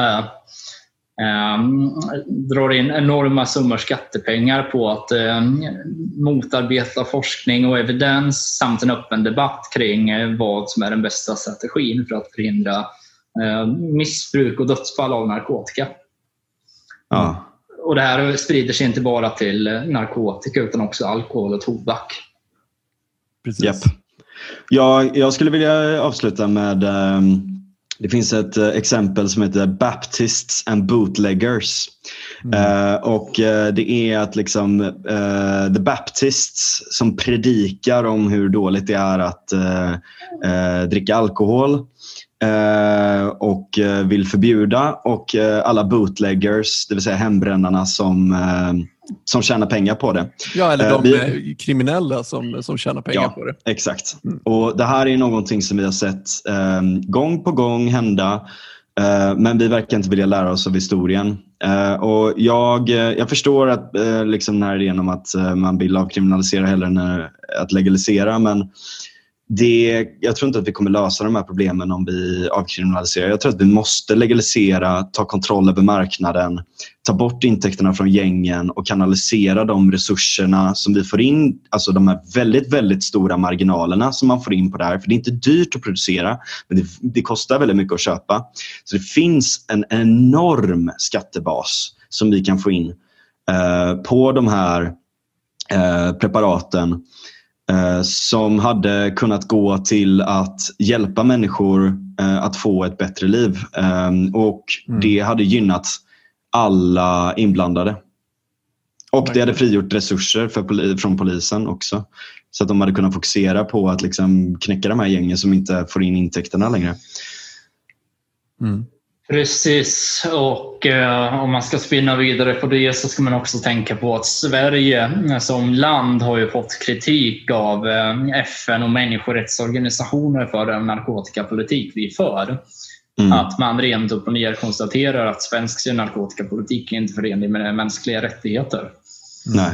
drar in enorma summor skattepengar på att motarbeta forskning och evidens samt en öppen debatt kring vad som är den bästa strategin för att förhindra missbruk och dödsfall av narkotika. Och det här sprider sig inte bara till narkotika utan också alkohol och tobak. Precis. Yep. Jag skulle vilja avsluta med Det finns ett exempel som heter Baptists and Bootleggers. Och det är att liksom the Baptists som predikar om hur dåligt det är att dricka alkohol och vill förbjuda, och alla bootleggers, det vill säga hembrännarna som tjänar pengar på det. Ja, eller de kriminella som tjänar pengar på det. Exakt. Och det här är någonting som vi har sett gång på gång hända, men vi verkar inte vilja lära oss av historien. Och jag förstår att liksom när det är genom att man vill avkriminalisera hellre än att legalisera, men jag tror inte att vi kommer lösa de här problemen om vi avkriminaliserar. Jag tror att vi måste legalisera, ta kontroll över marknaden, ta bort intäkterna från gängen och kanalisera de resurserna som vi får in, alltså de här väldigt, väldigt stora marginalerna som man får in på det här. För det är inte dyrt att producera, men det kostar väldigt mycket att köpa. Så det finns en enorm skattebas som vi kan få in på de här preparaten, som hade kunnat gå till att hjälpa människor att få ett bättre liv. Och det hade gynnat alla inblandade. Och det hade frigjort resurser från polisen också. Så att de hade kunnat fokusera på att liksom knäcka de här gängen som inte får in intäkterna längre. Precis, och om man ska spinna vidare på det så ska man också tänka på att Sverige som land har ju fått kritik av FN och människorättsorganisationer för den narkotikapolitik vi för. Att man rent upp och ner konstaterar att svensk narkotikapolitik är inte förenlig med mänskliga rättigheter. Nej.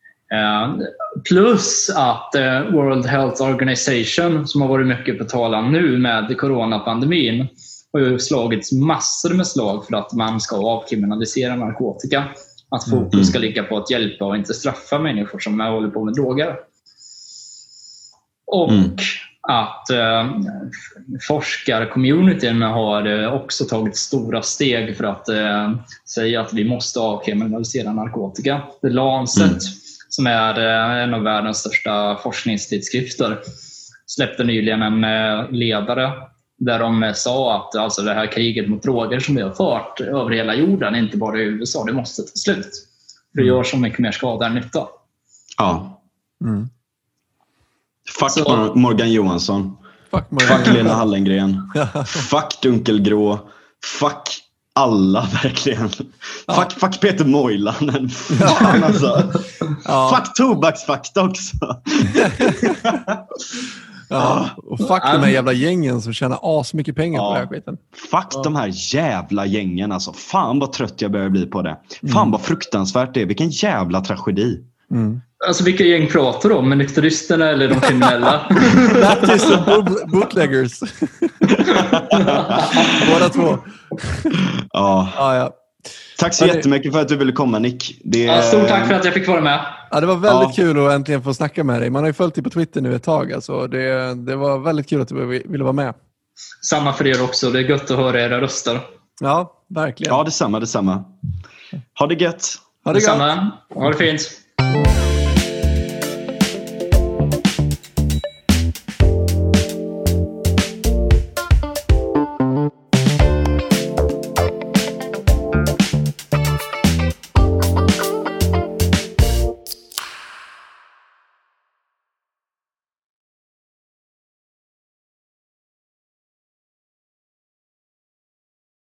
Plus att World Health Organization, som har varit mycket på talan nu med coronapandemin, har ju slagits massor med slag för att man ska avkriminalisera narkotika. Att fokus ska ligga på att hjälpa och inte straffa människor som håller på med droger. Och att forskarcommunityn har också tagit stora steg för att säga att vi måste avkriminalisera narkotika. The Lancet, som är en av världens största forskningstidskrifter, släppte nyligen en ledare där de sa att alltså det här kriget mot droger som vi har fört över hela jorden, inte bara i USA, det måste ta slut. För det gör så mycket mer skada än nytta. Ja. Fuck Morgan Johansson. Fuck Lena Hallengren. Fuck Dunkelgrå. Fuck alla verkligen. Fuck Peter Moilanen. Fan alltså. Fuck tobaksfakta också. Och fuck de här jävla gängen som tjänar asmycket pengar på den här skiten. Fuck de här jävla gängen alltså. Fan vad trött jag börjar bli på det. Fan vad fruktansvärt det är. Vilken jävla tragedi. Alltså vilka gäng pratar du om? Med nykteristerna eller de kriminella? Baptists och bootleggers. Båda två. Ja. Tack så jättemycket för att du ville komma, Nick. Stort tack för att jag fick vara med. Ja, det var väldigt kul att äntligen få snacka med dig. Man har ju följt dig på Twitter nu ett tag. Alltså. Det var väldigt kul att du ville vara med. Samma för er också. Det är gött att höra era röster. Ja, verkligen. Ja, detsamma. Ha det gött. Ha det gött. Ha det fint.